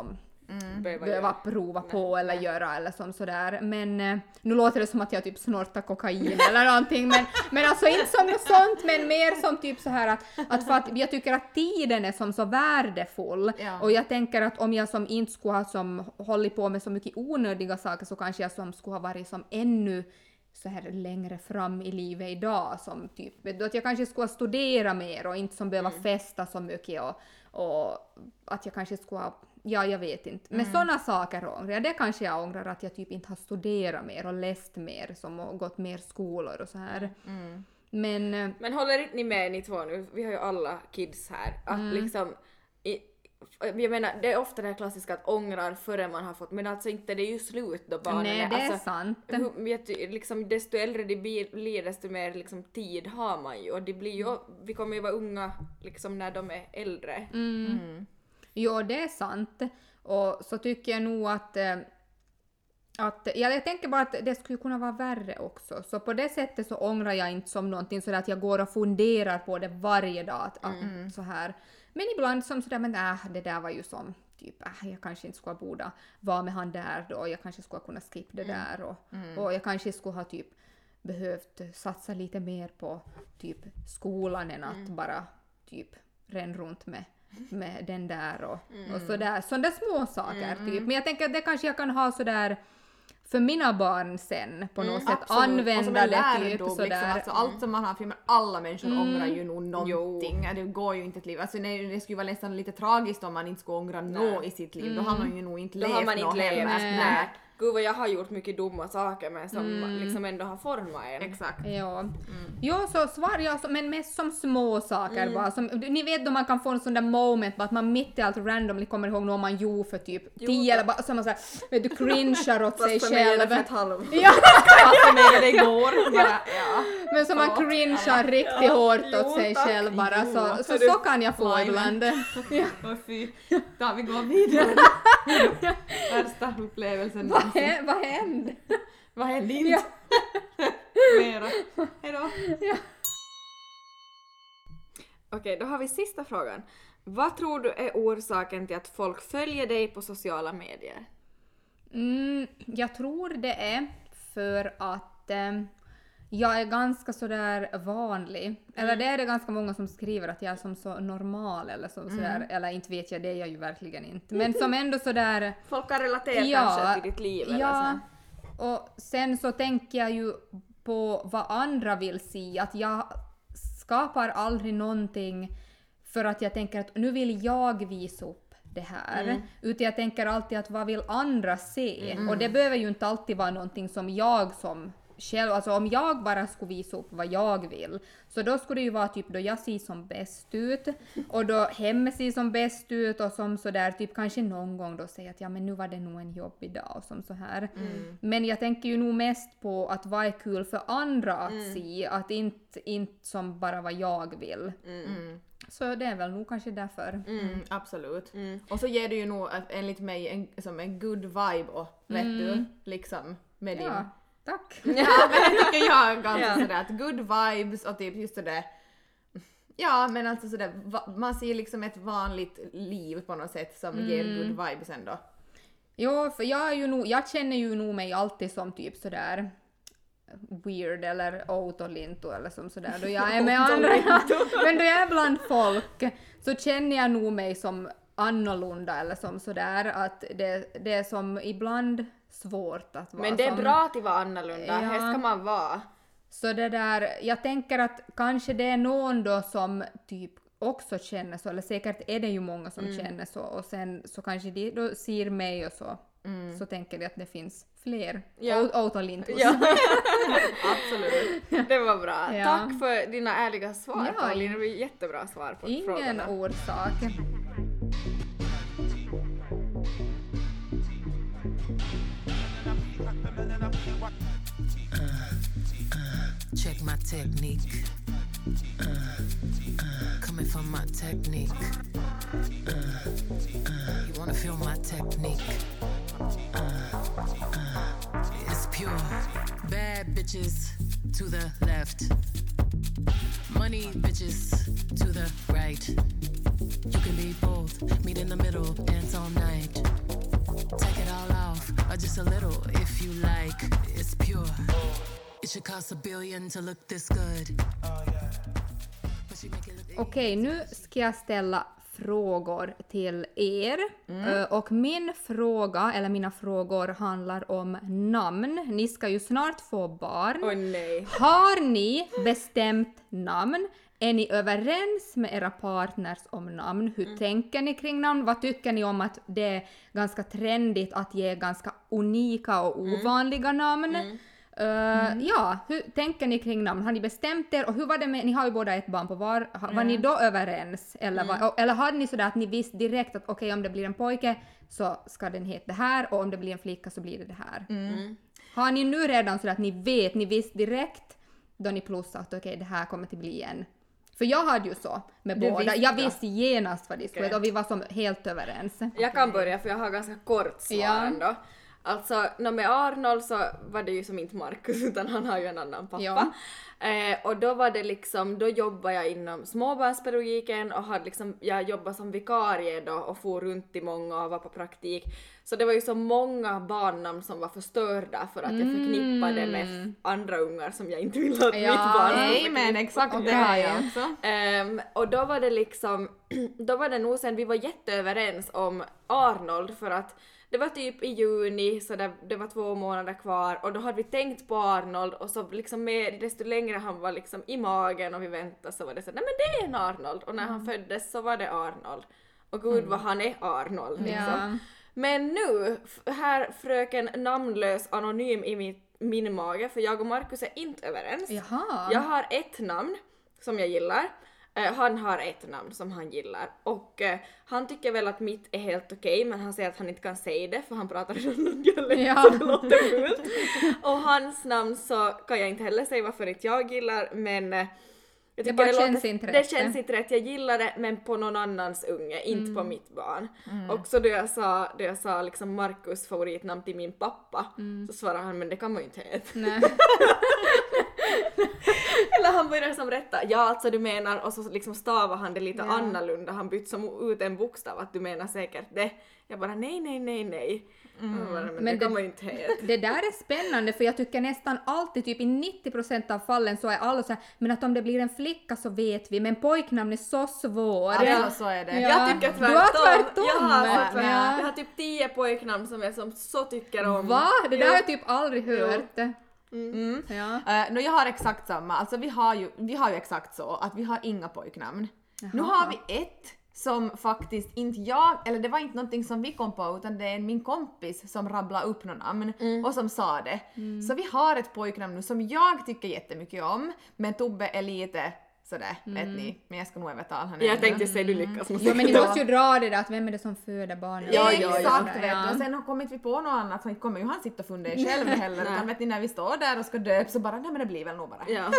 Mm. behöva prova på nej, eller nej. göra eller som sådär. Men eh, nu låter det som att jag typ snortar kokain eller någonting. Men, men alltså inte som något sånt, men mer som typ så här att, att för att jag tycker att tiden är som så värdefull. Ja. Och jag tänker att om jag som inte skulle ha som hållit på med så mycket onödiga saker så kanske jag som skulle ha varit som ännu så här längre fram i livet idag som typ att jag kanske skulle studera mer och inte som behöva mm. festa så mycket och, och att jag kanske skulle ha, ja jag vet inte, men mm. sådana saker ångrar jag, det kanske jag ångrar att jag typ inte har studerat mer och läst mer som och gått mer skolor och så här. Mm. Men, men håller inte ni med ni två nu, vi har ju alla kids här, att mm. liksom i, jag menar, det är ofta det här klassiska att ångrar före man har fått, men alltså inte det är ju slut då barnen nej, är. det är alltså, sant. Hur, vet du, liksom, desto äldre de blir, desto mer liksom, tid har man ju. Och det blir ju, vi kommer ju vara unga liksom, när de är äldre. Mm. Mm. Jo, det är sant. Och så tycker jag nog att, äh, att ja, jag tänker bara att det skulle kunna vara värre också. Så på det sättet så ångrar jag inte som någonting så att jag går och funderar på det varje dag. Att, mm. att, så här. Men ibland som sådär, men äh, det där var ju som typ, äh, jag kanske inte skulle borde vara med han där då, jag kanske skulle kunna skippa det mm. där och, mm. och jag kanske skulle ha typ behövt satsa lite mer på typ skolan än att mm. bara typ renn runt med, med den där och, mm. och sådär, sådana små saker mm. typ. Men jag tänker att det kanske jag kan ha sådär för mina barn sen på något mm, sätt absolut. Använda det typ sådär. Liksom, alltså, mm. Allt som man har för alla människor mm. ångrar ju nog någonting. Jo. Det går ju inte ett liv. Alltså, det, det skulle vara nästan lite tragiskt om man inte skulle ångra något i sitt liv. Mm. Då har man ju nog inte Då levt något något heller. Nej. Nej. Gud vad jag har gjort mycket dumma saker men som mm. liksom ändå har format en. Exakt. Ja. Mm. Jo, så svar jag så, men mest som små saker mm. bara. Som, ni vet då man kan få en sån där moment att man mitt i allt randomly kommer ihåg något man gjorde för typ jo, tio eller bara så man såhär, vet du, cringear åt sig själv. Fast halv. Ja, fast med det igår. Bara, ja. Men som man cringear riktigt ja. hårt åt jo, sig tack. själv bara. Jo. Så, så, så, så kan jag få ibland. Ja. Och fy, då vi går vidare. Värsta upplevelsen. Vad, hä- vad hände? Vad hände inte? Ja. Mera. Hejdå. Ja. Okej, då har vi sista frågan. Vad tror du är orsaken till att folk följer dig på sociala medier? Mm, jag tror det är för att eh, jag är ganska sådär vanlig. Mm. Eller det är det ganska många som skriver att jag är som så normal eller så, mm. sådär. Eller inte vet jag, det är jag ju verkligen inte. Men som ändå sådär... Folk har relaterat ja, kanske till ditt liv eller ja, så. Och sen så tänker jag ju på vad andra vill se. Att jag skapar aldrig någonting för att jag tänker att nu vill jag visa upp det här. Mm. Utan jag tänker alltid att vad vill andra se? Mm. Och det behöver ju inte alltid vara någonting som jag som själv, alltså om jag bara skulle visa upp vad jag vill, så då skulle det ju vara typ då jag ser som bäst ut och då hemma ser som bäst ut och som sådär typ kanske någon gång då säga att ja men nu var det nog en jobbig dag och som så här. Mm. Men jag tänker ju nog mest på att vad är kul för andra att mm. se, att inte, inte som bara vad jag vill. Mm. Så det är väl nog kanske därför. Mm, absolut. Mm. Och så ger du ju nog enligt mig en, som en good vibe och vet mm. du, liksom med din... Ja. Tack. Ja, men det tycker jag ganska ja. sådär att good vibes och typ just sådär, ja men alltså sådär, va, man ser liksom ett vanligt liv på något sätt som mm. ger good vibes ändå. Jo, för jag är ju nog, jag känner ju nog mig alltid som typ sådär weird eller otolinto eller som sådär då jag är med andra, men då jag är bland folk så känner jag nog mig som annorlunda eller som sådär att det, det är som ibland svårt att vara. Men det är som, bra att vara annorlunda, ja. här ska man vara. Så det där, jag tänker att kanske det är någon då som typ också känner så, eller säkert är det ju många som mm. känner så och sen så kanske de då ser mig och så mm. så tänker de att det finns fler ja. Autolintos. Ja. Absolut. Det var bra. Ja. Tack för dina ärliga svar, ja. Pauline. Det var jättebra svar på ingen frågorna. Ingen orsak. Uh, uh, check my technique. Uh, uh, coming from my technique. Uh, uh, you wanna feel my technique? Uh, uh, it's pure. Bad bitches to the left. Money bitches to the right. You can be both. Meet in the middle. Dance all night. or just a little if you like. It's pure. It should cost a billion to look this good. But she make it look. Okej, nu ska jag ställa frågor till er. Ö, och min fråga, eller mina frågor, handlar om namn. Ni ska ju snart få barn. Åh nej. Har ni bestämt namn? Är ni överens med era partners om namn? Hur Mm. tänker ni kring namn? Vad tycker ni om att det är ganska trendigt att ge ganska unika och Mm. ovanliga namn? Uh, ja, hur tänker ni kring namn? Har ni bestämt er? Och hur var det med, ni har ju båda ett barn på var, ha, var ni då överens? Eller, Mm. var, eller hade ni sådär att ni visste direkt att okej, om det blir en pojke så ska den heta det här och om det blir en flicka så blir det det här? Mm. Har ni nu redan så att ni vet, ni visste direkt då ni plussade att okej, det här kommer att bli en? För jag hade ju så med Du båda. visste Jag då? visste genast vad det skulle Okej. vara och vi var som helt överens. Jag kan börja för jag har ganska kort svar Ja. ändå. Alltså, no, med Arnold så var det ju som inte Markus utan han har ju en annan pappa. Ja. Eh, och då var det liksom, då jobbade jag inom småbarnspedagogiken och hade liksom, jag jobbade som vikarie då och for runt i många och var på praktik. Så det var ju så många barnnamn som var förstörda för att jag förknippade med andra ungar som jag inte ville att Ja, mitt barn skulle Nej men förknippa. exakt det Okej. har jag också. Ehm, och då var det liksom, då var det nog sen vi var jätteöverens om Arnold för att det var typ i juni så det, det var två månader kvar och då hade vi tänkt på Arnold och så liksom med, desto längre han var liksom i magen och vi väntade så var det så nej men det är en Arnold och när han föddes så var det Arnold och gud vad han är Arnold liksom. Ja. Men nu, f- här fröken namnlös anonym i min, min mage för jag och Markus är inte överens. Jaha. Jag har ett namn som jag gillar. Eh, han har ett namn som han gillar. Och eh, han tycker väl att mitt är helt okej men han säger att han inte kan säga det för han pratar någon dialekt Ja. så det låter fult. Och hans namn så kan jag inte heller säga varför inte jag gillar men eh, jag Det tycker bara låter- känns inte Det rätt. känns inte rätt. Jag gillar det men på någon annans unge, inte Mm. på mitt barn. Och så då jag sa, då jag sa liksom Markus favoritnamn till min pappa Mm. så svarade han men det kan man ju inte heta. Nej. Eller han började som rätta, ja alltså du menar, och så liksom stavar han det lite Ja. annorlunda, han bytte som ut en bokstav att du menar säkert det. Jag bara nej, nej, nej, nej. Mm. Bara, men, Men det det- kan man ju inte heta. Det där är spännande för jag tycker nästan alltid, typ i nittio procent av fallen så är alla så här, men att om det blir en flicka så vet vi, men pojknamn är så svår. Alltså så är det. Ja. Jag tycker tvärtom. Du har tvärtom. Jag har, så tvärtom. Ja. jag har typ tio pojknamn som jag som så tycker om. Va? Det där Jo. har jag typ aldrig hört. Mm. Ja. Uh, no, jag har exakt samma, alltså vi har, ju, vi har ju exakt så att vi har inga pojknamn. Nu Jaha. har vi ett som faktiskt inte jag, eller det var inte någonting som vi kom på utan det är min kompis som rabblade upp någon namn och som sa det. Så vi har ett pojknamn nu som jag tycker jättemycket om men Tobbe är lite sådär, vet ni, men jag ska nog övertala honom. Jag tänkte säga du lyckas med Jo, men ni Ja. måste ju dra det där att vem är det som föder barnen? Ja, Ja, ja, ja. exakt vet Ja. du. Och sen har kommit vi på något annat så inte kommer ju han sitta och fundera själv heller utan vet ni när vi står där och ska döpa så bara nej men det blir väl nog bara. Ja.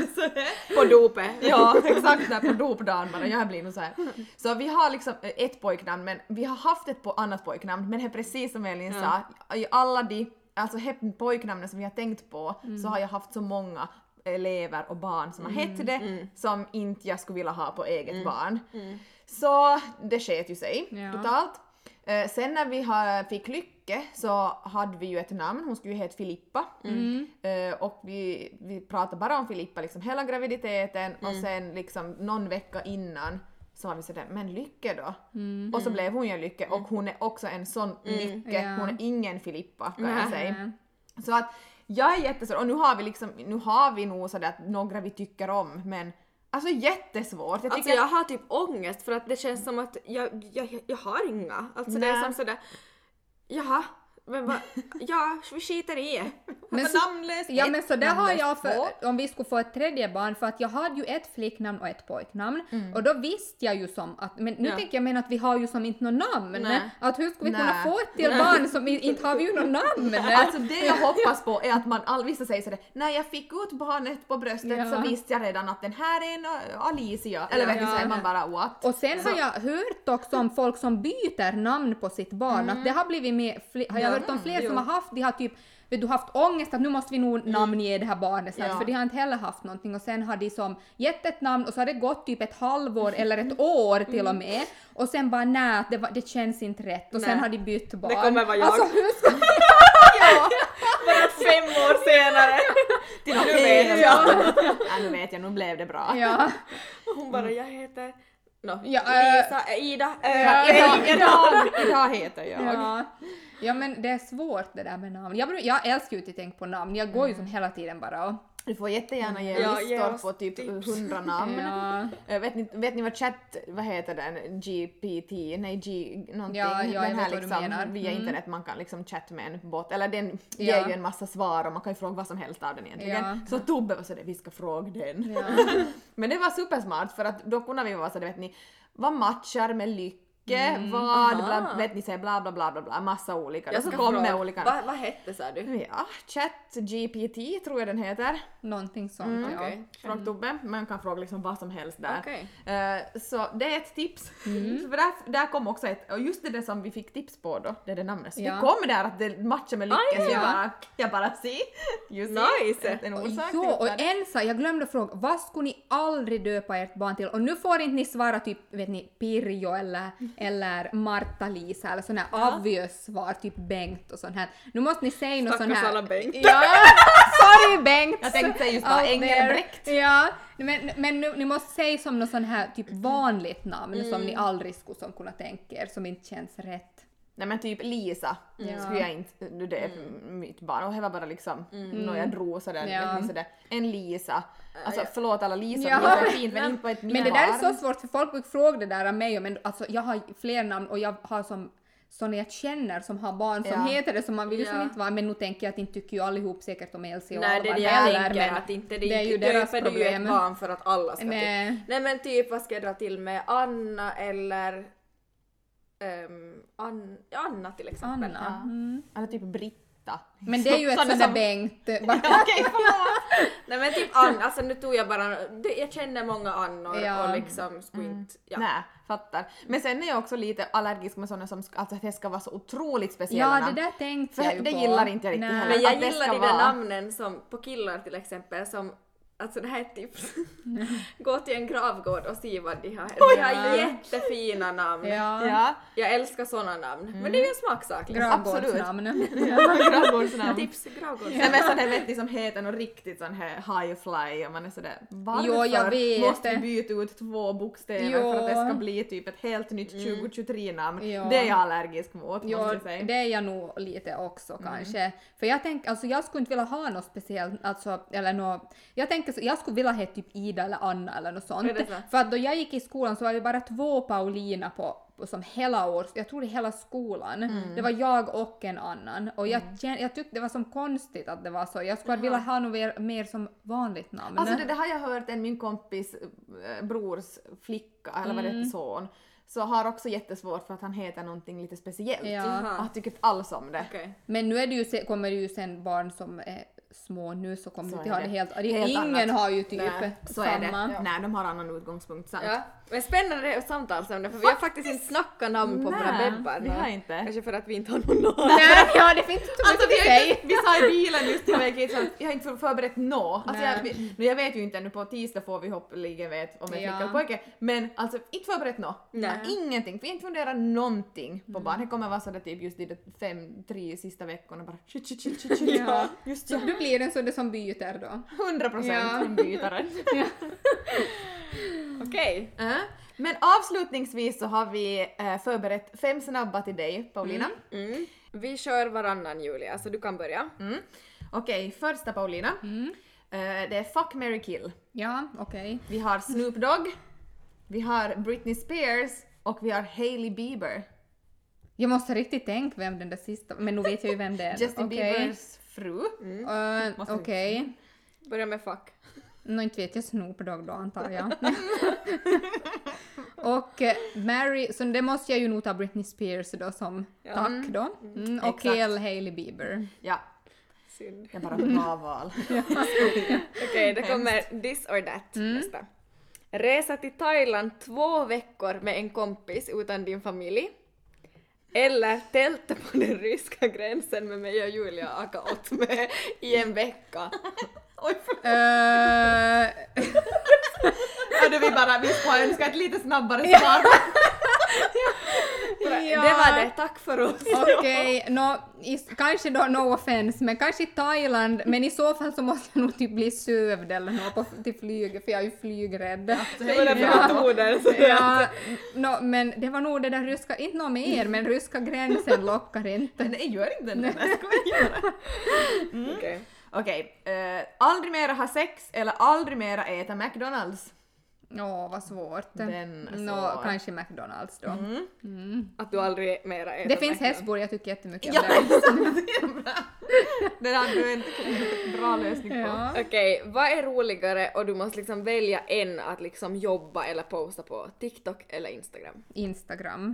På dopet. Ja, exakt där på dopdagen bara, jag blir nog så här. Så vi har liksom eh, ett pojknamn men vi har haft ett på annat pojknamn men det är precis som Elin sa, i alla de alltså he- pojknamnen som vi har tänkt på så har jag haft så många elever och barn som har hett det som inte jag skulle vilja ha på eget barn. Så det sket ju sig Ja. totalt. Eh, sen när vi har, fick Lycke så hade vi ju ett namn, hon skulle ju heta Filippa. Eh, och vi, vi pratade bara om Filippa liksom hela graviditeten och sen liksom någon vecka innan så var vi sådär, men Lycke då? Och så blev hon ju en Lycke och hon är också en sån Lycke, Ja. hon är ingen Filippa kan jag Nej. säga. Så att jag är jättesvår och nu har vi liksom, nu har vi nog sådär att några vi tycker om men alltså jättesvårt. Jag Alltså tycker jag har typ ångest för att det känns som att jag, jag, jag har inga. Alltså det är Nej. som sådär, jaha, men va, ja, vi skiter i. Men så, så- namnlöst Ja ett, men så där har namnlöst jag två. för, om vi skulle få ett tredje barn, för att jag hade ju ett flicknamn och ett pojknamn och då visste jag ju som att, men nu Ja. tänker jag mena att vi har ju som inte något namn. Nej. Att hur skulle vi kunna Nej. få ett till barn som i- inte har vi ju något namn? Alltså det jag hoppas på är att man, all, vissa säger sådär, när jag fick ut barnet på bröstet Ja. så visste jag redan att den här är en uh, Alicia. Eller vet du Ja. så är man bara what? Och sen har jag hört också om folk som byter namn på sitt barn, att det har blivit med, fl- har jag hört om fler som har haft, de har typ vet du, haft ångest att nu måste vi nog namnge det här barnet snart, Ja. för de har inte heller haft någonting och sen har de som gett ett namn och så har det gått typ ett halvår eller ett år till och med och sen bara nej, det, var- det känns inte rätt och sen Nej. har de bytt barn. kommer vara jag. Alltså hur ska Bara fem år senare. Till något Nu vet helt jag. annat. Ja, nu vet jag, nu blev det bra. Ja. Hon bara, jag heter... No, Ja, äh, Lisa, äh, Ida. Äh, Ja, Ida. idag, idag, idag heter jag. Ja. ja, men det är svårt det där med namn. Jag, bru- jag älskar ju att tänka på namn. Jag går ju som hela tiden bara och... Du får jättegärna ge Ja, ge listor oss på typ tips. hundra namn. Ja. Eh, Vet ni, vet ni vad chatt, vad heter den, G P T, nej G någonting, Ja, ja, jag den här vet vad du liksom menar. via Mm. internet man kan liksom chatta med en bot, eller den Ja. ger ju en massa svar och man kan ju fråga vad som helst av den egentligen. Ja. Så Tobbe var sådär, vi ska fråga den. Ja. Men det var supersmart för att då kunde vi vara sådär, vet ni, vad matchar med lycka, vad, aha. bla, vet ni, säger bla bla bla bla bla, massa olika. Jag så ska kom fråga, med olika. vad vad hette sa du? Ja, chat G P T tror jag den heter. Någonting sånt, Mm, ja. okej. Fråga Tobbe, man kan fråga liksom vad som helst där. Okej. Eh, så det är ett tips. För där, där kom också ett, och just det där som vi fick tips på då, det är det namnet. Så Ja. det kom där att det matchar med lycka, så jag ja. bara, jag bara see, you see, Nice. en, en orsak Jo, till och det. en sak, jag glömde fråga, vad skulle ni aldrig döpa ert barn till? Och nu får inte ni svara typ, vet ni, Pirjo eller, eller Marta-Lisa eller sån här obvious svar, typ Bengt och sånt här. Nu måste ni säga något sån Stackars här... alla Bengt. Ja, sorry Bengt! Jag tänkte säga just bara Out Engelbrekt. there. Ja, men, men nu, ni måste säga som något sån här typ vanligt namn som ni aldrig skulle som kunna tänka er, som inte känns rätt. Nej men typ Lisa Ja. skulle jag inte, nu det är mitt barn och det var bara liksom, när jag drog sådär, Ja. vet ni, sådär, en Lisa. Alltså förlåt alla Lisa, Ja. Lisa är fint men inte på ett Men det där är barn. så svårt för folk brukar fråga det där av mig, men alltså jag har fler namn och jag har som såna jag känner som har barn som Ja. heter det, så man vill ju som Ja. inte vara, men nu tänker jag att inte tycker ju allihop säkert om Elsie och Nej, det är Alvar det jag heller, tänker, men att inte det är ju inte deras döper du ju ett problem. barn för att alla ska Nej. till. Nej men typ vad ska jag dra till med? Anna eller um, An- Anna till exempel. Anna. Mm. Eller typ Britta. Men det är ju ett Sådana sånt där som- Bengt. Okej, förlåt! Nej men typ Anna, alltså nu tog jag bara, det- jag känner många Annor Ja. och liksom skulle inte, ja. Nej, fattar. Men sen är jag också lite allergisk med sådana som, sk- alltså att det ska vara så otroligt speciella Ja, namn. det där tänkte För jag ju det på. gillar inte jag riktigt Nej. heller. Men jag att det gillar ska de där vara- namnen som på killar till exempel som, alltså det här är tips. Gå till en gravgård och se vad de har. De har jättefina namn. Ja, Ja, Jag älskar såna namn. Men det är ju en smaksak. Liksom. gravgårdsnamn. gravgårdsnamn. Tips, gravgård. Nej men sån här vet ni som heter något riktigt sån här high fly och man är sådär varför Jo, jag vet. måste vi byta ut två bokstäver Jo. för att det ska bli typ ett helt nytt tjugo tjugotre namn. Jo. Det är jag allergisk mot Jo, måste jag säga. det är jag nog lite också kanske. För jag tänker, alltså jag skulle inte vilja ha något speciellt, alltså, eller något, jag tänker så, jag skulle vilja heta typ Ida eller Anna eller något sånt. Är det så? För att då jag gick i skolan så var vi bara två Paulina på, på som hela år, jag tror i hela skolan. Det var jag och en annan. Och jag, känn, jag tyckte det var som konstigt att det var så. Jag skulle vilja ha något mer, mer som vanligt namn. Alltså det, det har jag hört en min kompis äh, brors flicka, eller vad det heter, son, så har också jättesvårt för att han heter någonting lite speciellt. Ja. Och han tycker inte alls om det. Okej. Men nu är det ju, se- kommer det ju sen barn som är små nu så kommer Så de är till ha det. det helt, det, Helt ingen annat. har ju typ Nej, så samma. är det. Nej, de har annan utgångspunkt, sant. Ja, men spännande samtalsämne för vi har faktiskt inte snackat namn på våra Nej, bebbar. vi har inte. Kanske för att vi inte har någon namn. Nej, ja det finns inte så Alltså mycket vi, att har säga. inte, vi sa i bilen just till väg hit så att jag har inte förberett nå. Alltså jag, vi, nu jag vet ju inte ännu, på tisdag får vi hoppeligen vet om en Ja. flicka eller pojke. Men alltså inte förberett nå. Nej. Ingenting. Vi har inte funderat någonting på barn. Det kommer vara sådär typ just i de fem, tre sista veckorna bara shit, shit, shit, shit, shit. Ja. Just Så så. du blir en sån där som byter då? hundra procent Ja. en bytare. Okej. Äh. Men avslutningsvis så har vi äh, förberett fem snabba till dig, Paulina. Mm. Vi kör varannan Julia, så du kan börja. Mm. Okej, första Paulina. Äh, det är Fuck, marry, kill. Ja, okej. Vi har Snoop Dogg, vi har Britney Spears och vi har Hailey Bieber. Jag måste riktigt tänka vem den där sista, men nu vet jag ju vem det är. Justin Okej. Biebers fru. Uh, Måste vi- Okej. Börja med fuck. Nå inte vet jag, Snoop Dogg då antar jag. Och eh, Mary, så det måste jag ju nog ta Britney Spears då som tack då. Mm, och Exakt. kill Hailey Bieber. Ja, Synd. det är bara ett bra val. Okej, det kommer this or that nästa. Resa till Thailand två veckor med en kompis utan din familj. Eller tälta på den ryska gränsen med mig och Julia aka åt med i en vecka. Oj, förlåt. Uh, Hörde vi bara, vi får önska ett lite snabbare svar. Ja. det var det. Tack för oss. Okej, nå, i- kanske då no offense, men kanske i Thailand, men i så fall så måste jag nog typ bli sövd eller något på, till flyget, för jag är ju flygrädd. Det var därför Ja. jag tog den. Så Ja, nå, men det var nog det där ryska, inte något mer, men ryska gränsen lockar inte. Nej, gör inte den där. Ska vi göra? Okej. Okej, eh, aldrig mera ha sex eller aldrig mera äta McDonalds. Åh, vad svårt. Den är Nå, svår. kanske McDonalds då. Att du aldrig mera äter Det finns McDonald's. hästbord, jag tycker jättemycket Ja, om det det. är sant. Det är bra. Den har du inte en bra lösning på. Ja. Okej, vad är roligare och du måste liksom välja en att liksom jobba eller posta på TikTok eller Instagram? Instagram.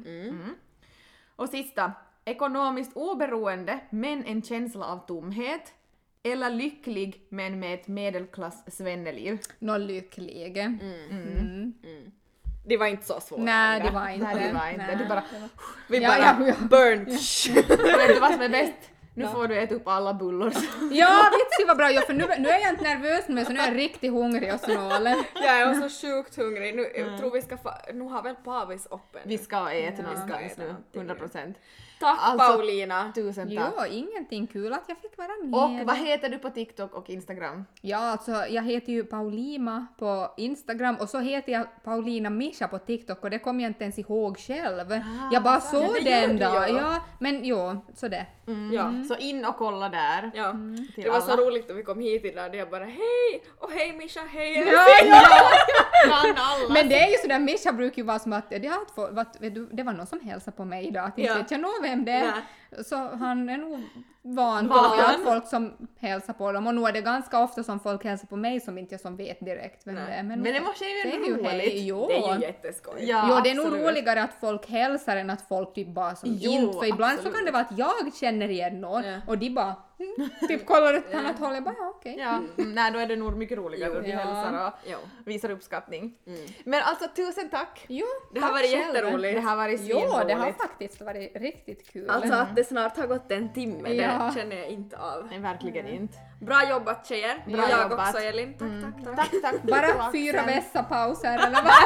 Och sista, ekonomiskt oberoende men en känsla av tomhet. Eller lycklig men med ett medelklass svenneliv. Nå, lycklig. Mm. Det var inte så svårt. Nej, det Anda. var inte. Nej, det var inte. Du bara, Vi Ja, bara ja, ja. burnt. vet du vad som är bäst? Nu får du äta upp alla bullor. Ja, vitsi vad bra. Ja, för nu, nu är jag inte nervös med så nu är jag riktigt hungrig och snålen. Jag är så sjukt hungrig. Nu jag tror vi ska fa- nu har väl Pavis öppen. Vi ska äta Ja. någonstans Vi ska äta nu, någonting hundra procent. Tack Alltså- Paulina. Tusen tack. Jo, ingenting, kul att jag fick vara med. Och vad heter du på TikTok och Instagram? Ja, alltså jag heter ju Paulima på Instagram och så heter jag Paulina Mischa på TikTok och det kommer jag inte ens ihåg själv. jag bara såg Ah, det den gjorde då. jag. Ja, men jo, så det. Ja. Så in och kolla där. Ja. Till Det var så alla. roligt när vi kom hit idag. Jag bara hej och hej Mischa, hej. Ja, ja. Bland alla. Men det är ju sådär, Mischa brukar ju vara som att det, har fått, vad, vet du, det var någon som hälsade på mig idag, att inte Ja. vet jag nog vem det är. Nej. Så han är nog van, Van. tror jag, att folk som hälsar på dem. Och nu är det ganska ofta som folk hälsar på mig som inte jag som vet direkt vem Nej. det är. Men det måste ju säger vara roligt. hej. Jo. Det är ju jätteskoj. Ja, jo, det är nog absolut. roligare att folk hälsar än att folk typ bara som Jo, inte, för ibland absolut. så kan det vara att jag känner igen någon Ja. och de bara mm, typ kollar åt ett annat håll, jag bara ja, okej. Ja, mm, nej då är det nog mycket roligare Jo. att vi Ja. hälsar och Jo. visar uppskattning. Mm. Men alltså tusen tack! Jo, Det har tack varit själv. jätteroligt. Det har varit Jo, det har svinroligt. faktiskt varit riktigt kul. Alltså att det snart har gått en timme, Ja. det känner jag inte av. Nej, verkligen inte. Bra jobbat tjejer. Bra och jag jobbat. också Elin. Tack, tack, tack. Tack, tack. Bara fyra vässapauser eller vad?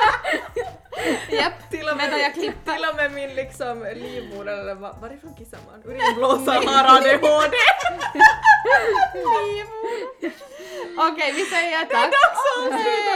Japp, Till och med, medan jag klipper. till och med min liksom livmoder eller var, varifrån kissar man? Urinblåsaren har A D H D! Okej, vi säger tack. Hej!